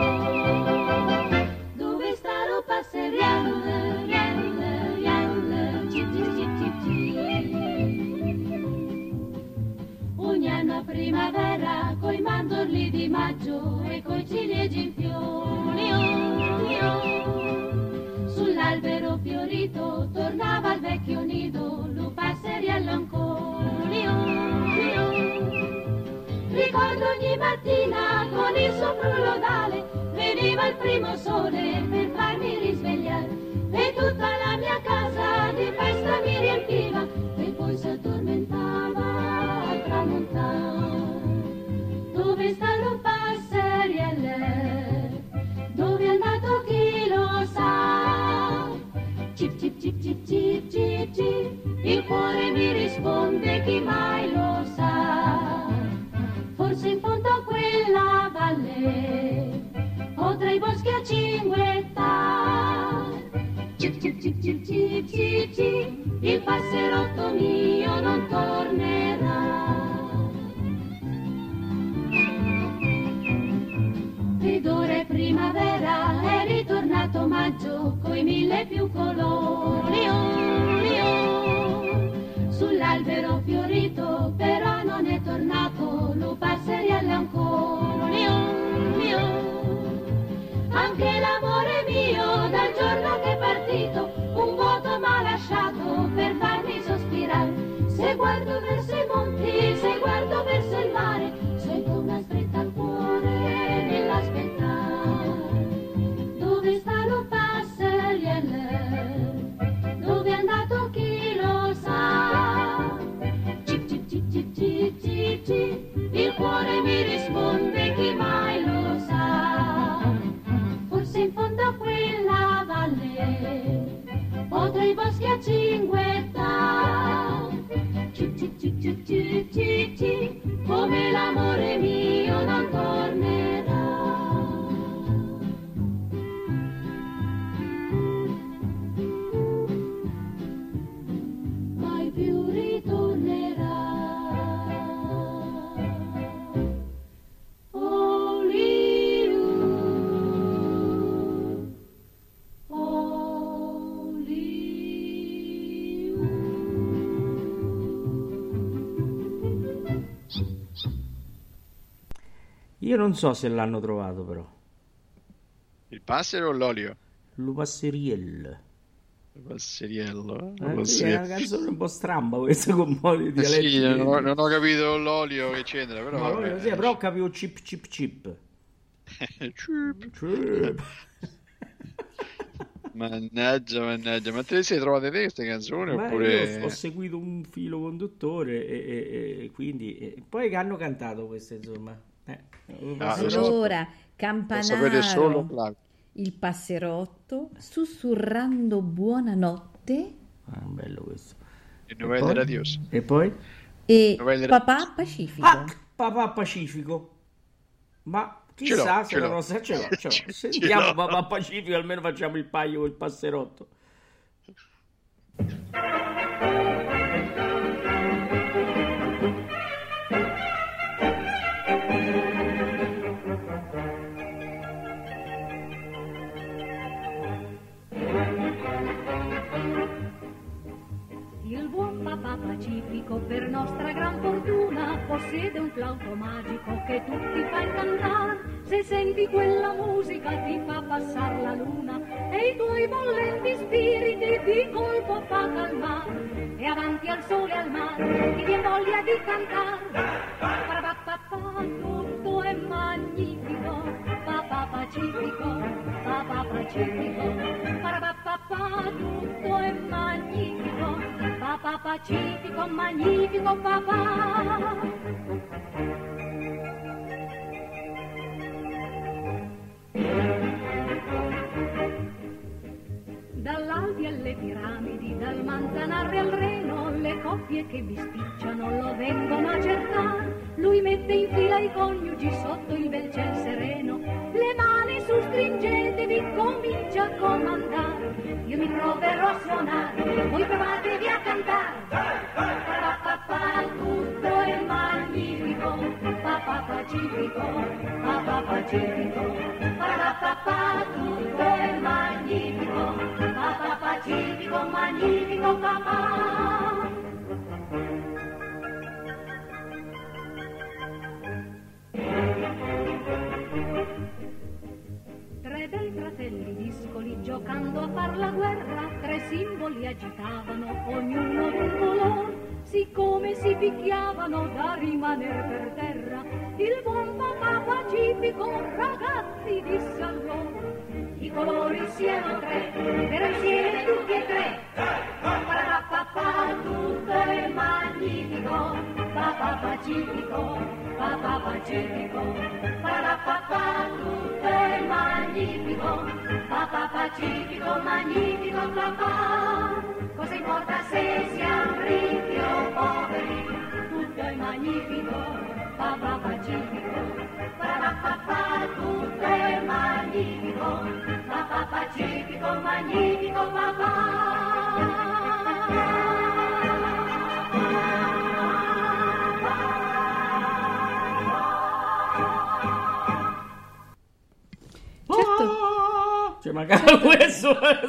Dove sta lo passeriel, riel, riel, cip, cip, cip, cip, cip. Ogni anno a primavera, coi mandorli di maggio e coi ciliegi in fiori, olio. Sull'albero fiorito tornava il vecchio nido, lo passeriello ancora. Io, io. Ricordo ogni mattina con il suo frullo d'ale, veniva il primo sole per farmi risvegliare, e tutta la mia casa di festa mi riempiva, e poi si addormentava al tramontare. Dove sta lo passeriello? Dove è andato chi lo sa? Cip cip cip cip cip cip cip, il cuore mi risponde chi mai lo sa. Forse in fondo a quella valle, o tra i boschi a cinguetta. Cip cip cip cip cip cip cip, il passerotto mio non tornerà. Ed ora è primavera, è ritornato maggio, coi mille più colori, olio. Sull'albero fiorito, però non è tornato, lo passeriello ancora, olio. Anche l'amore mio, dal giorno che è partito, un vuoto m'ha lasciato per farmi sospirare. Se guardo verso i monti, se guardo verso il mare, sento una stretta al cuore nell'aspettare. Dove sta lo passeriello? Dove è andato chi lo sa? Cip cip cip cip cip cip cip, il cuore mi risponde chi mai lo sa. Forse in fondo a quella valle, o tra i boschi a cinguetta. Cip cip cip cip cip cip cip, come l'amore mio non tornerà. Io non so se l'hanno trovato però. Il passero o l'olio? Lo passeriello. Il passeriello. Eh, Lo sì, sì. è una canzone un po' stramba questa con un po' di Eh dialetti. sì, non ho, non ho capito l'olio che c'entra, però No, vabbè. l'olio sì, però capivo chip chip chip. Chip. Chip. Mannaggia, mannaggia, ma te le sei trovate te queste canzoni Ma oppure... io ho seguito un filo conduttore e, e- e quindi e poi che hanno cantato queste, insomma. Eh, Ah, passero- lo so. Allora, Lo sapete solo Campanaro, Claudio. il passerotto, sussurrando buonanotte Ah, bello questo. Il E Novelle poi? Radios. E poi? e Novelle Papà Pacifico. Ah, Papà Pacifico. Ma Ce chissà l'ho, se ce la l'ho. nostra ce l'ho, ce l'ho. Ce- ce Sentiamo l'ho. Papà Pacifico, almeno facciamo il paio col passerotto. Il buon papà Pacifico, per nostra gran fortuna, possiede un flauto magico che tutti fa incantare. Se senti quella musica ti fa passare la luna e i tuoi bollenti spiriti di colpo fa calmare. E avanti al sole e al mare ti viene voglia di cantare. Parapapapà, tutto è magnifico, papà Pacifico, papà Pacifico. Parapapapà, tutto è magnifico, papà Pacifico, magnifico papà. Dall'Alpi alle piramidi, dal Manzanarre al Reno, le coppie che bisticciano lo vengono a cercare. Lui mette in fila i coniugi sotto il bel ciel sereno, le mani su stringetevi, comincia a comandare. Io mi proverò a suonare, voi provatevi a cantare. Papà, tutto è magnifico, papà Pacifico, papà Pacifico. Papà, tutto è magnifico, papà Pacifico, magnifico papà. Tre bei fratelli discoli giocando a far la guerra, tre simboli agitavano, ognuno d'un color. Siccome si picchiavano da rimaner per terra, il buon papà Pacifico, ragazzi, disse a loro: i colori siano tre, però insieme tutti e tre. Papà, tutto è magnifico, papà Pacifico, papà Pacifico. Papà, tutto è magnifico, papà Pacifico, magnifico papà. Cosa importa se siamo ricchi o poveri, tutto è magnifico, papà Pacifico. Papà, tutto è magnifico, papà Pacifico, magnifico papà. Certo, Cioè, magari questo.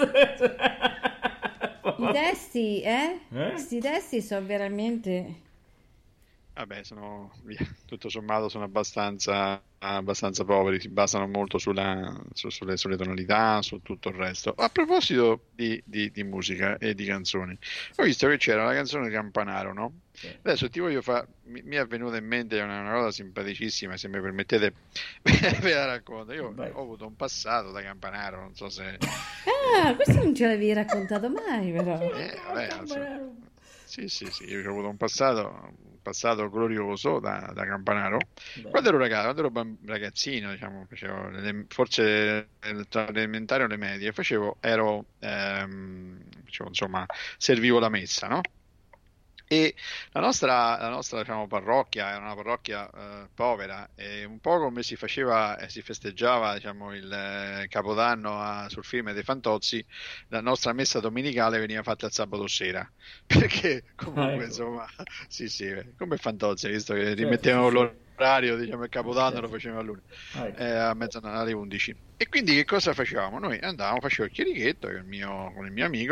i testi, eh? Eh? Questi testi sono veramente... Vabbè, sono via, tutto sommato sono abbastanza, abbastanza poveri, si basano molto sulla, su- sulle, sulle tonalità, su tutto il resto. A proposito di, di- di musica e di canzoni, ho visto che c'era la canzone Campanaro, no? Sì. Adesso ti voglio fare, mi, mi è venuta in mente una, una cosa simpaticissima, se mi permettete, ve la racconto. Io Vai. ho avuto un passato da Campanaro, non so se... Ah, questo non ce l'avevi raccontato mai, però. Eh, vabbè, insomma, sì, sì, sì, io ho avuto un passato, un passato glorioso da, da Campanaro. Beh. Quando ero ragazzo, quando ero bam- ragazzino, diciamo, facevo le- forse eh, tra le elementari o le medie, facevo, ero, ehm, facevo, insomma, servivo la messa, no? E la nostra, la nostra diciamo, parrocchia era una parrocchia eh, povera e un po' come si faceva e si festeggiava diciamo, il eh, Capodanno a- sul film dei Fantozzi, la nostra messa domenicale veniva fatta il sabato sera perché comunque Ah, ecco. insomma sì sì come Fantozzi visto che Certo, rimettevano sì, sì. l'orario diciamo il Capodanno Certo. lo facevano a luna Ah, ecco. eh, a mezzanotte alle undici e quindi che cosa facevamo? Noi andavamo, facevo il chierichetto con il mio, con il mio amico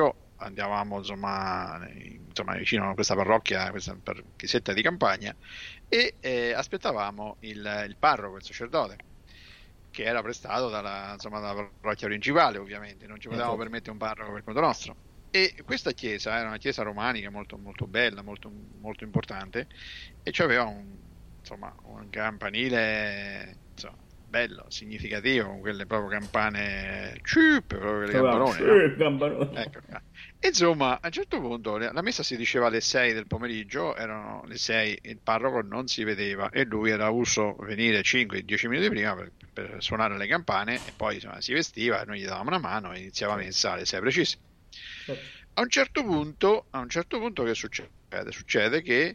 andavamo insomma, insomma vicino a questa parrocchia, questa par- chiesetta di campagna, e eh, aspettavamo il, il parroco, il sacerdote, che era prestato dalla, insomma, dalla parrocchia principale, ovviamente, non ci potevamo Ecco. permettere un parroco per conto nostro. E questa chiesa era una chiesa romanica molto, molto bella, molto, molto importante, e c'aveva un, insomma, un campanile, insomma, bello, significativo, con quelle proprio campane, ciup, proprio quelle campanone, no? Sì, campanone. Ecco qua. Insomma, a un certo punto la messa si diceva alle sei del pomeriggio, erano le sei, il parroco non si vedeva e lui era uso venire cinque dieci minuti prima per, per suonare le campane, e poi insomma, si vestiva e noi gli davamo una mano e iniziava la messa alle sei precise. A un certo punto, a un certo punto che succede? Succede che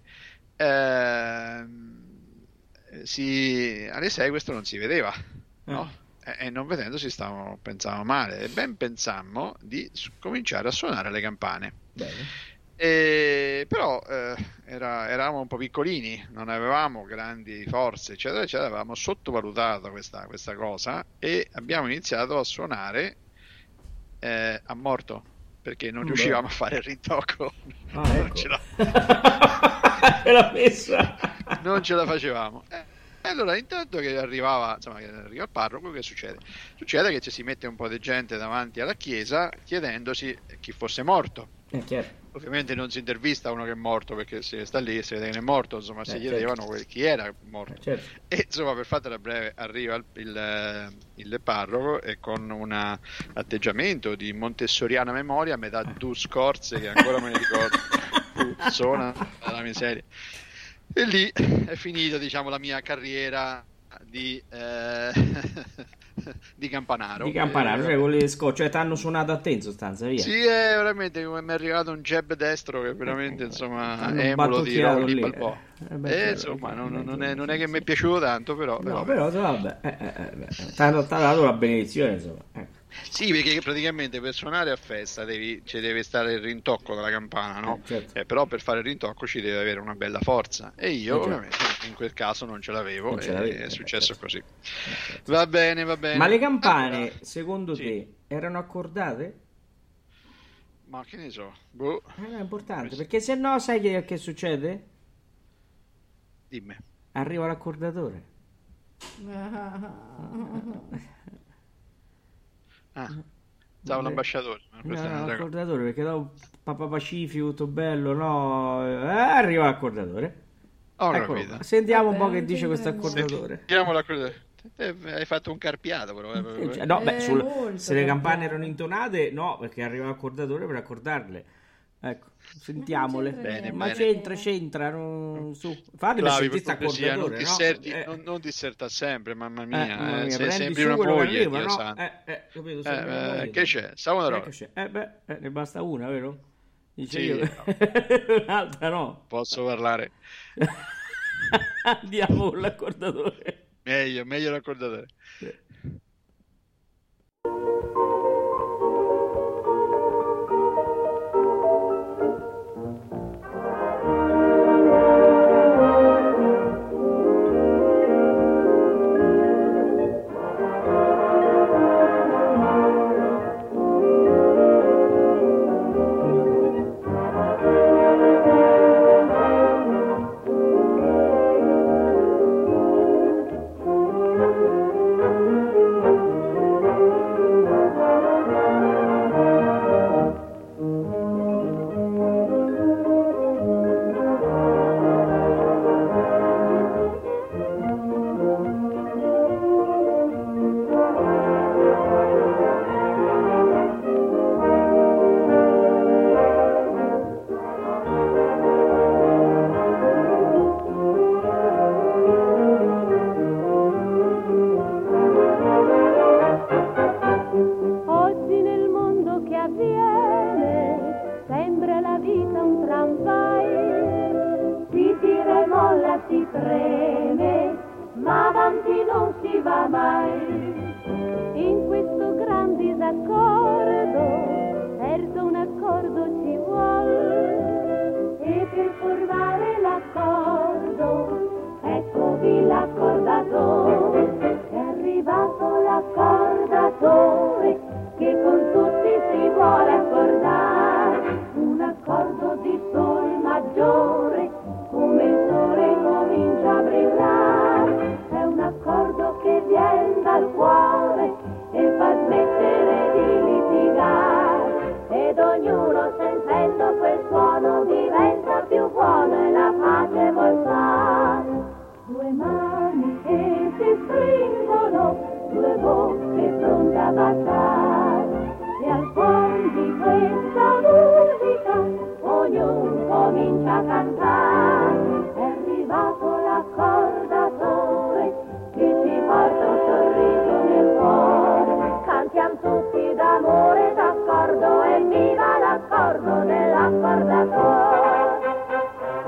ehm, si, alle sei questo non si vedeva, no? E, e non vedendosi stavamo, pensavamo male, e ben pensammo di s- cominciare a suonare le campane. Bene. E, però eh, era- eravamo un po' piccolini, non avevamo grandi forze, eccetera, eccetera, avevamo sottovalutato questa, questa cosa e abbiamo iniziato a suonare eh, a morto, perché non Beh. riuscivamo a fare il rintocco. Ah, Non ecco. ce la- E l'ha messa. non ce la facevamo. Eh, E allora, intanto che arrivava, insomma, che arriva il parroco, che succede? Succede che ci si mette un po' di gente davanti alla chiesa chiedendosi chi fosse morto. È chiaro. Ovviamente non si intervista uno che è morto, perché se sta lì si vede che è morto, insomma, si Eh, chiedevano certo. que- chi era morto. Eh, certo. E insomma, per fartela breve, arriva il, il, il parroco e con un atteggiamento di montessoriana memoria mi dà due scorze che ancora me ne ricordo. Puzzona la miseria. E lì è finita, diciamo, la mia carriera di, eh, di campanaro. Di campanaro, Eh, cioè quelli di scotch, cioè ti hanno suonato a te in sostanza, via. sì, è veramente come mi è arrivato un jab destro che veramente, insomma, Hanno emulo di battucchiato Rocky lì, Balboa. eh. Eh, beh, Eh, certo, insomma, ok, non, beh, non è, non è sì, che sì. mi è piaciuto tanto, però, No, vabbè. però vabbè, eh, eh, eh, beh, ti hanno ti ha dato la benedizione, insomma. Ecco. Sì, perché praticamente per suonare a festa devi, ci deve stare il rintocco della campana, no? Eh, certo. Eh, però per fare il rintocco ci deve avere una bella forza, e io Eh, certo. ovviamente in quel caso non ce l'avevo, Non ce e l'avevi, è eh, successo certo. così. Eh, certo. Va bene, va bene. Ma le campane, Allora, secondo sì. te, erano accordate? ma che ne so, boh, Eh, no, è importante, perché se no sai che, che succede? dimmi. Arriva l'accordatore. Ah, stavo l'ambasciatore, ma No, questa è no, un'altra cosa. l'accordatore, perché dopo Papà Pacifico, tutto bello, no? Eh, arriva l'accordatore. Ho Ecco, capito. sentiamo un Vabbè, po' che non dice questo c'entra niente. accordatore. Sentiamo la cosa. Eh, Hai fatto un carpiato, però. eh. Eh, cioè, no, beh, Eh, sul- molto se le campane cambiato. erano intonate, no, perché arriva l'accordatore per accordarle. Ecco, sentiamole. c'entra Bene, Ma bene. c'entra, c'entra, non- su. Fate per Flavi, sentire per sta cortesia, non, accordatore, no? disserti, Eh, non, non disserta sempre, mamma eh, mia. mamma eh, mia, sei prendi sempre su una quello che moglie, arriva, Dio no? santo. Eh, eh, capito, Eh, sembra una eh, moglie. che c'è? Stavo una Eh, roba. che c'è? Eh, beh, eh, ne basta una, vero? Dice Sì, io. no. Un'altra no. Posso parlare? Andiamo con l'accordatore. Meglio, meglio l'accordatore. Oggi nel mondo che avviene sembra la vita un tramvai, si tira e molla, si preme, ma avanti non si va mai. In questo gran disaccordo, perso un accordo ci vuole, e per formare l'accordo, eccovi l'accordatore, è arrivato l'accordatore, che con tutti si vuole accordare.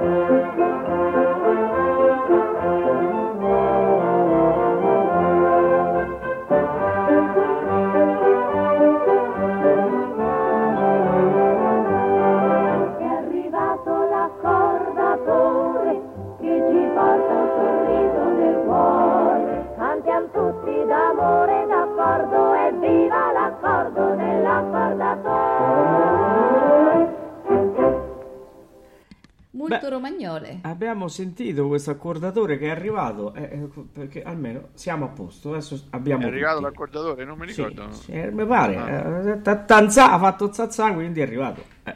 Molto romagnole. Abbiamo sentito questo accordatore che è arrivato, eh, eh, perché almeno siamo a posto. Adesso abbiamo È arrivato tutti. l'accordatore, non mi Sì, ricordo. sì, eh, mi pare. Ah. eh, ta- Tanzà ha fatto zazza, quindi è arrivato. Eh.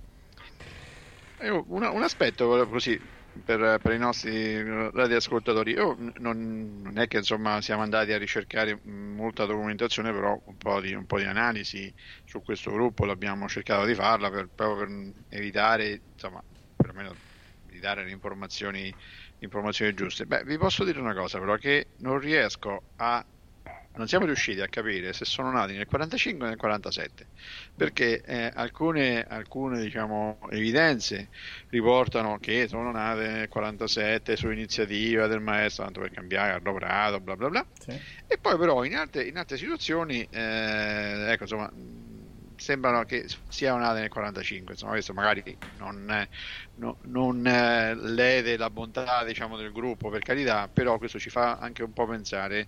Io, una- un aspetto volevo- così per, per i nostri radioascoltatori, io non, non è che insomma siamo andati a ricercare mh, molta documentazione, però un po' di, un po' di analisi su questo gruppo l'abbiamo cercato di farla per, proprio per evitare, insomma, perlomeno di dare le informazioni, informazioni giuste. Beh, vi posso dire una cosa però, che non riesco a non siamo riusciti a capire se sono nati nel quarantacinque o nel quarantasette, perché eh, alcune, alcune diciamo, evidenze riportano che sono nate nel quarantasette su iniziativa del maestro, tanto per cambiare, Carlo Prato, bla bla bla, Sì. e poi però in altre, in altre situazioni, eh, ecco, insomma, sembrano che siano nate nel quarantacinque, insomma, questo magari non, eh, no- non eh, lede la bontà, diciamo, del gruppo, per carità, però questo ci fa anche un po' pensare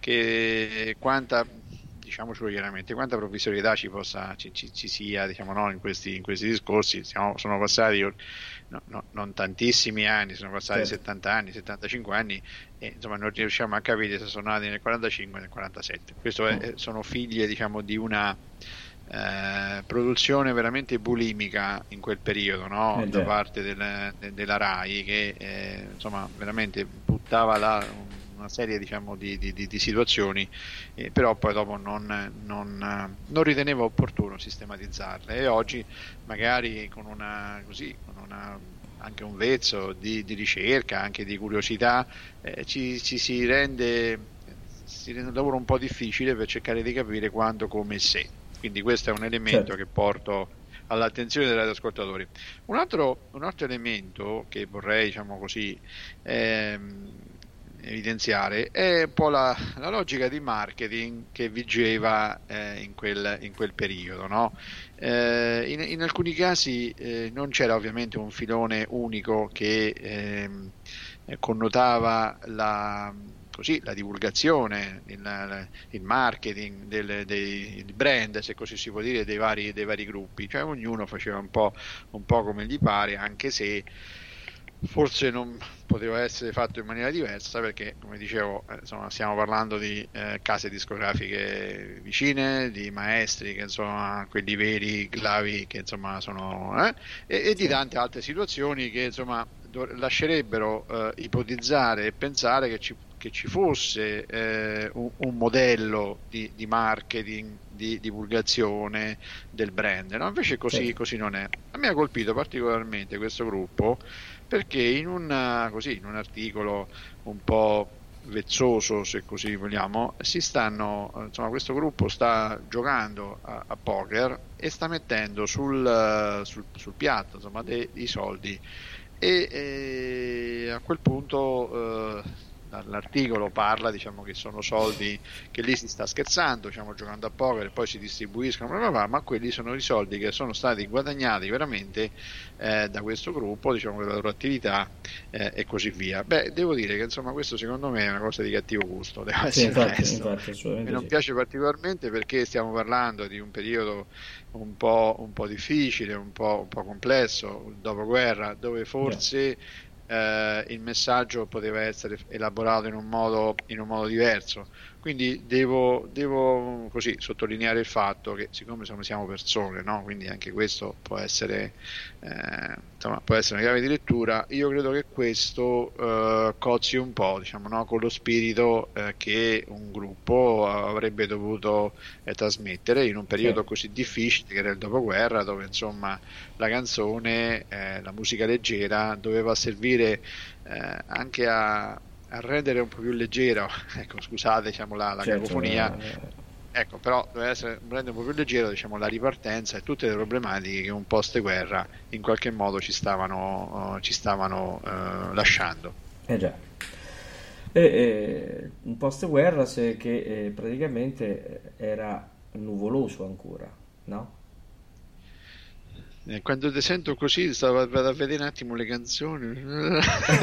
che quanta, diciamocelo chiaramente, quanta provvisorietà ci possa ci, ci- ci sia, diciamo, no, in questi, in questi discorsi. Siamo- sono passati no- no- non tantissimi anni, sono passati Certo. settanta anni, settantacinque anni, e insomma non riusciamo a capire se sono nati nel quarantacinque o nel quarantasette. Questo è- è- sono figlie, diciamo, di una eh, produzione veramente bulimica in quel periodo, no? Eh, Da già. parte del- de- della RAI, che eh, insomma veramente buttava là una serie, diciamo, di, di- di- di situazioni, eh, però poi dopo non, non, eh, non riteneva opportuno sistematizzarle, e oggi magari con una così con una anche un vezzo di, di ricerca, anche di curiosità, eh, ci, ci si rende si rende un lavoro un po' difficile per cercare di capire quando, come e se. Quindi questo è un elemento Certo. che porto all'attenzione dei radioascoltatori. Un altro, un altro elemento che vorrei, diciamo così, ehm, evidenziare è un po' la, la logica di marketing che vigeva eh, in, quel, in quel periodo, no? Eh, in, in alcuni casi eh, non c'era ovviamente un filone unico che ehm, eh, connotava la, così, la divulgazione, il, il marketing del, dei il brand, se così si può dire, dei vari, dei vari gruppi, cioè ognuno faceva un po', un po' come gli pare, anche se forse non poteva essere fatto in maniera diversa, perché come dicevo, eh, insomma, stiamo parlando di eh, case discografiche vicine, di maestri che insomma quelli veri, clavi che insomma sono eh, e, e di tante altre situazioni che insomma do- lascerebbero eh, ipotizzare e pensare che ci, che ci fosse eh, un, un modello di, di marketing, di divulgazione del brand, no? Invece così, Sì. così non è. A me ha colpito particolarmente questo gruppo perché in un, così, in un articolo un po' vezzoso, se così vogliamo, si stanno, insomma, questo gruppo sta giocando a, a poker e sta mettendo sul, sul, sul piatto, insomma, dei, dei soldi, e, e a quel punto eh, l'articolo parla, diciamo, che sono soldi che lì si sta scherzando, diciamo, giocando a poker e poi si distribuiscono, bla bla bla, ma quelli sono i soldi che sono stati guadagnati veramente eh, da questo gruppo, diciamo, per la loro attività eh, e così via. Beh, devo dire che insomma questo secondo me è una cosa di cattivo gusto, devo Sì, essere infatti, onesto. infatti, Mi assolutamente non sì. piace particolarmente perché stiamo parlando di un periodo un po', un po' difficile, un po', un po' complesso, il dopoguerra, dove forse eh, il messaggio poteva essere elaborato in un modo, in un modo diverso. Quindi devo, devo così sottolineare il fatto che siccome siamo, siamo persone, no? Quindi anche questo può essere, eh, insomma, può essere una chiave di lettura. Io credo che questo eh, cozzi un po', diciamo, no? Con lo spirito eh, che un gruppo avrebbe dovuto eh, trasmettere in un periodo Sì. così difficile che era il dopoguerra, dove insomma la canzone, eh, la musica leggera doveva servire eh, anche a a rendere un po' più leggero, ecco, scusate, diciamo, la, la Certo, cacofonia, eh, ecco, però deve essere un brand un po' più leggero, diciamo, la ripartenza e tutte le problematiche che un post-guerra in qualche modo ci stavano, uh, ci stavano uh, lasciando. Eh già. E, e, un post-guerra se, che eh, praticamente era nuvoloso ancora, no? Eh, quando ti sento così, stavo vado a vedere un attimo le canzoni. No,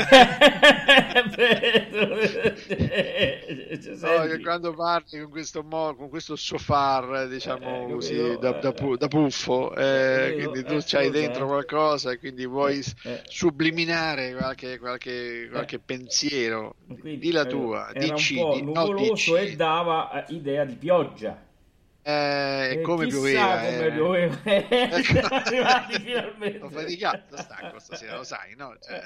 che quando parli con questo, mo, con questo sofar, diciamo eh, così, io, da, da, da puffo, eh, io, quindi tu eh, c'hai dentro qualcosa e quindi vuoi eh, subliminare qualche, qualche, qualche eh, pensiero. Quindi, di la tua, era dici, un po' di, nuvoloso no, e dava idea di pioggia. Eh, eh, come pioveva, come eh. pioveva. Eh, siamo arrivati finalmente. Ho faticato, stanco stasera, lo sai, no? Cioè,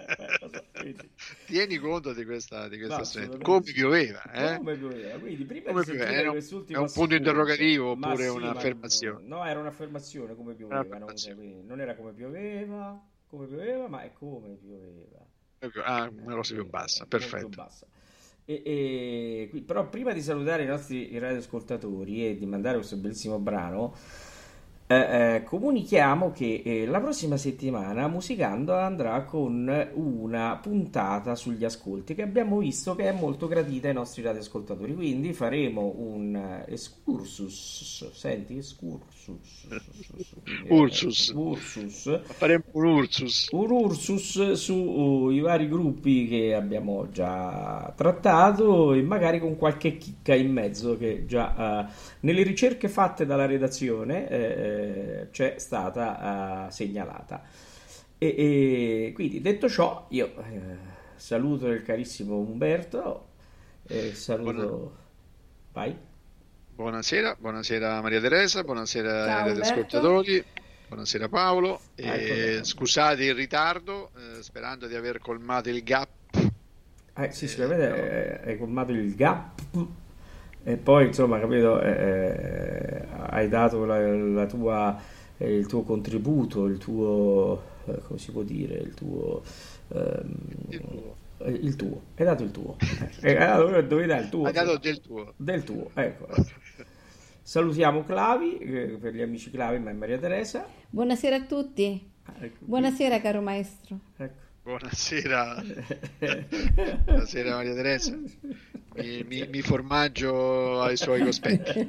tieni conto di questa, di questa storia. Come pioveva, eh? Come pioveva. Quindi prima come di pioveva. sentire È un, quest'ultimo è un punto interrogativo oppure sì, un'affermazione? No, era un'affermazione, come pioveva. Un'affermazione. Non, non era come pioveva, come pioveva, ma è come pioveva. Ah, una cosa più bassa, perfetto. Più bassa. E, e, qui, però prima di salutare i nostri radioascoltatori e di mandare questo bellissimo brano eh, eh, comunichiamo che eh, la prossima settimana Musicando andrà con una puntata sugli ascolti che abbiamo visto che è molto gradita ai nostri radioascoltatori, quindi faremo un excursus, senti, excursus Ursus. Ursus. Faremo un Ursus. Un Ursus sui vari gruppi che abbiamo già trattato e magari con qualche chicca in mezzo che già uh, nelle ricerche fatte dalla redazione eh, c'è stata uh, segnalata. E, e quindi detto ciò, io eh, saluto il carissimo Umberto e saluto. Buona... Vai. Buonasera, buonasera Maria Teresa, buonasera agli ascoltatori, buonasera Paolo, e scusate il ritardo, eh, sperando di aver colmato il gap. Eh, sì, sicuramente eh, hai colmato il gap e poi insomma, capito, eh, hai dato la, la tua, eh, il tuo contributo, il tuo, eh, come si può dire, il tuo... Ehm, il tuo. Il tuo, hai dato il tuo, eh, allora dove dai il tuo? Hai dato del tuo, del tuo, ecco. Salutiamo Clavi, eh, per gli amici Clavi, ma è Maria Teresa. Buonasera a tutti. Ah, ecco, buonasera caro maestro. Ecco. Buonasera, buonasera Maria Teresa. Mi, mi, mi formaggio ai suoi cospecchi.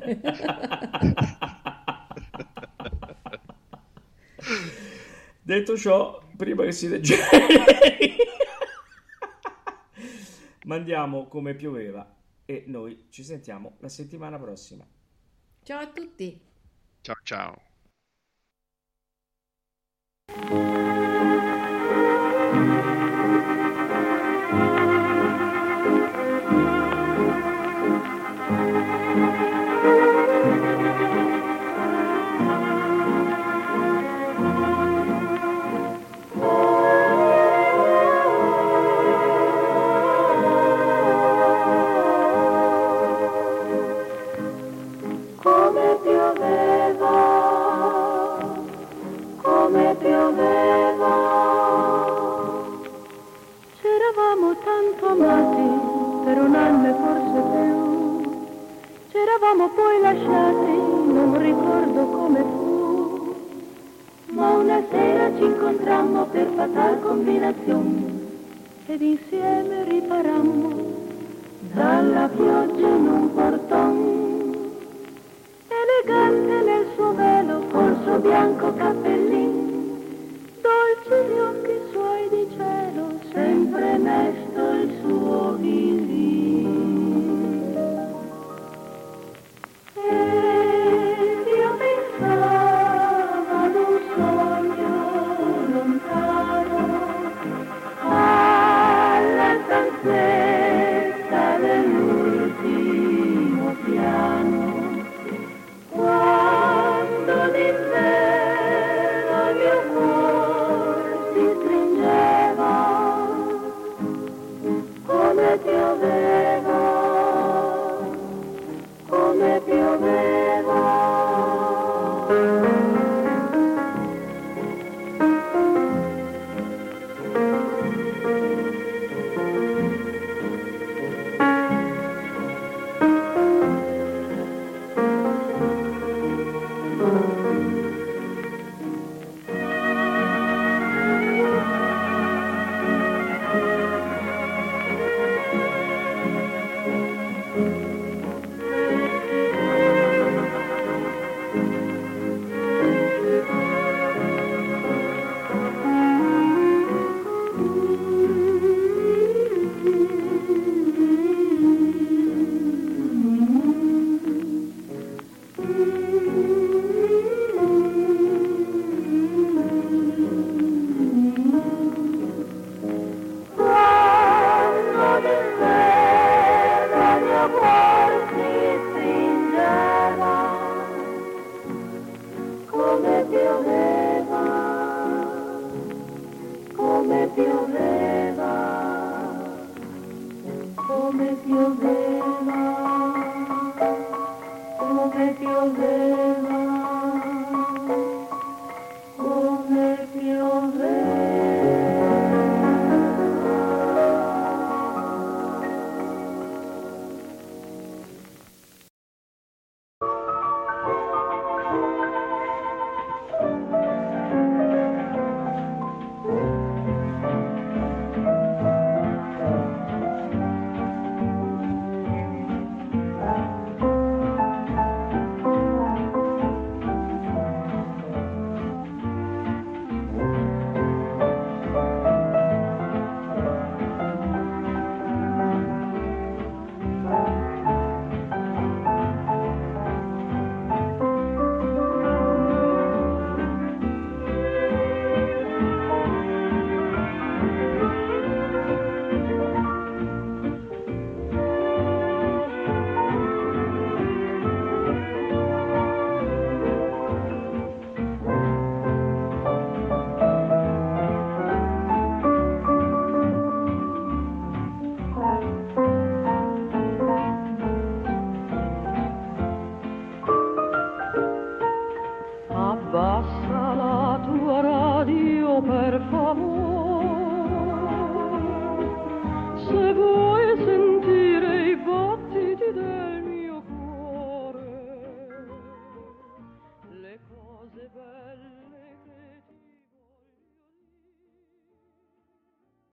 Detto ciò, prima che si legge mandiamo come pioveva e noi ci sentiamo la settimana prossima. Ciao a tutti. Ciao ciao. C'eravamo poi lasciati, non ricordo come fu, ma una sera ci incontrammo per fatal combinazione ed insieme riparammo dalla pioggia in un portone. Elegante nel suo velo, col suo bianco cappellino,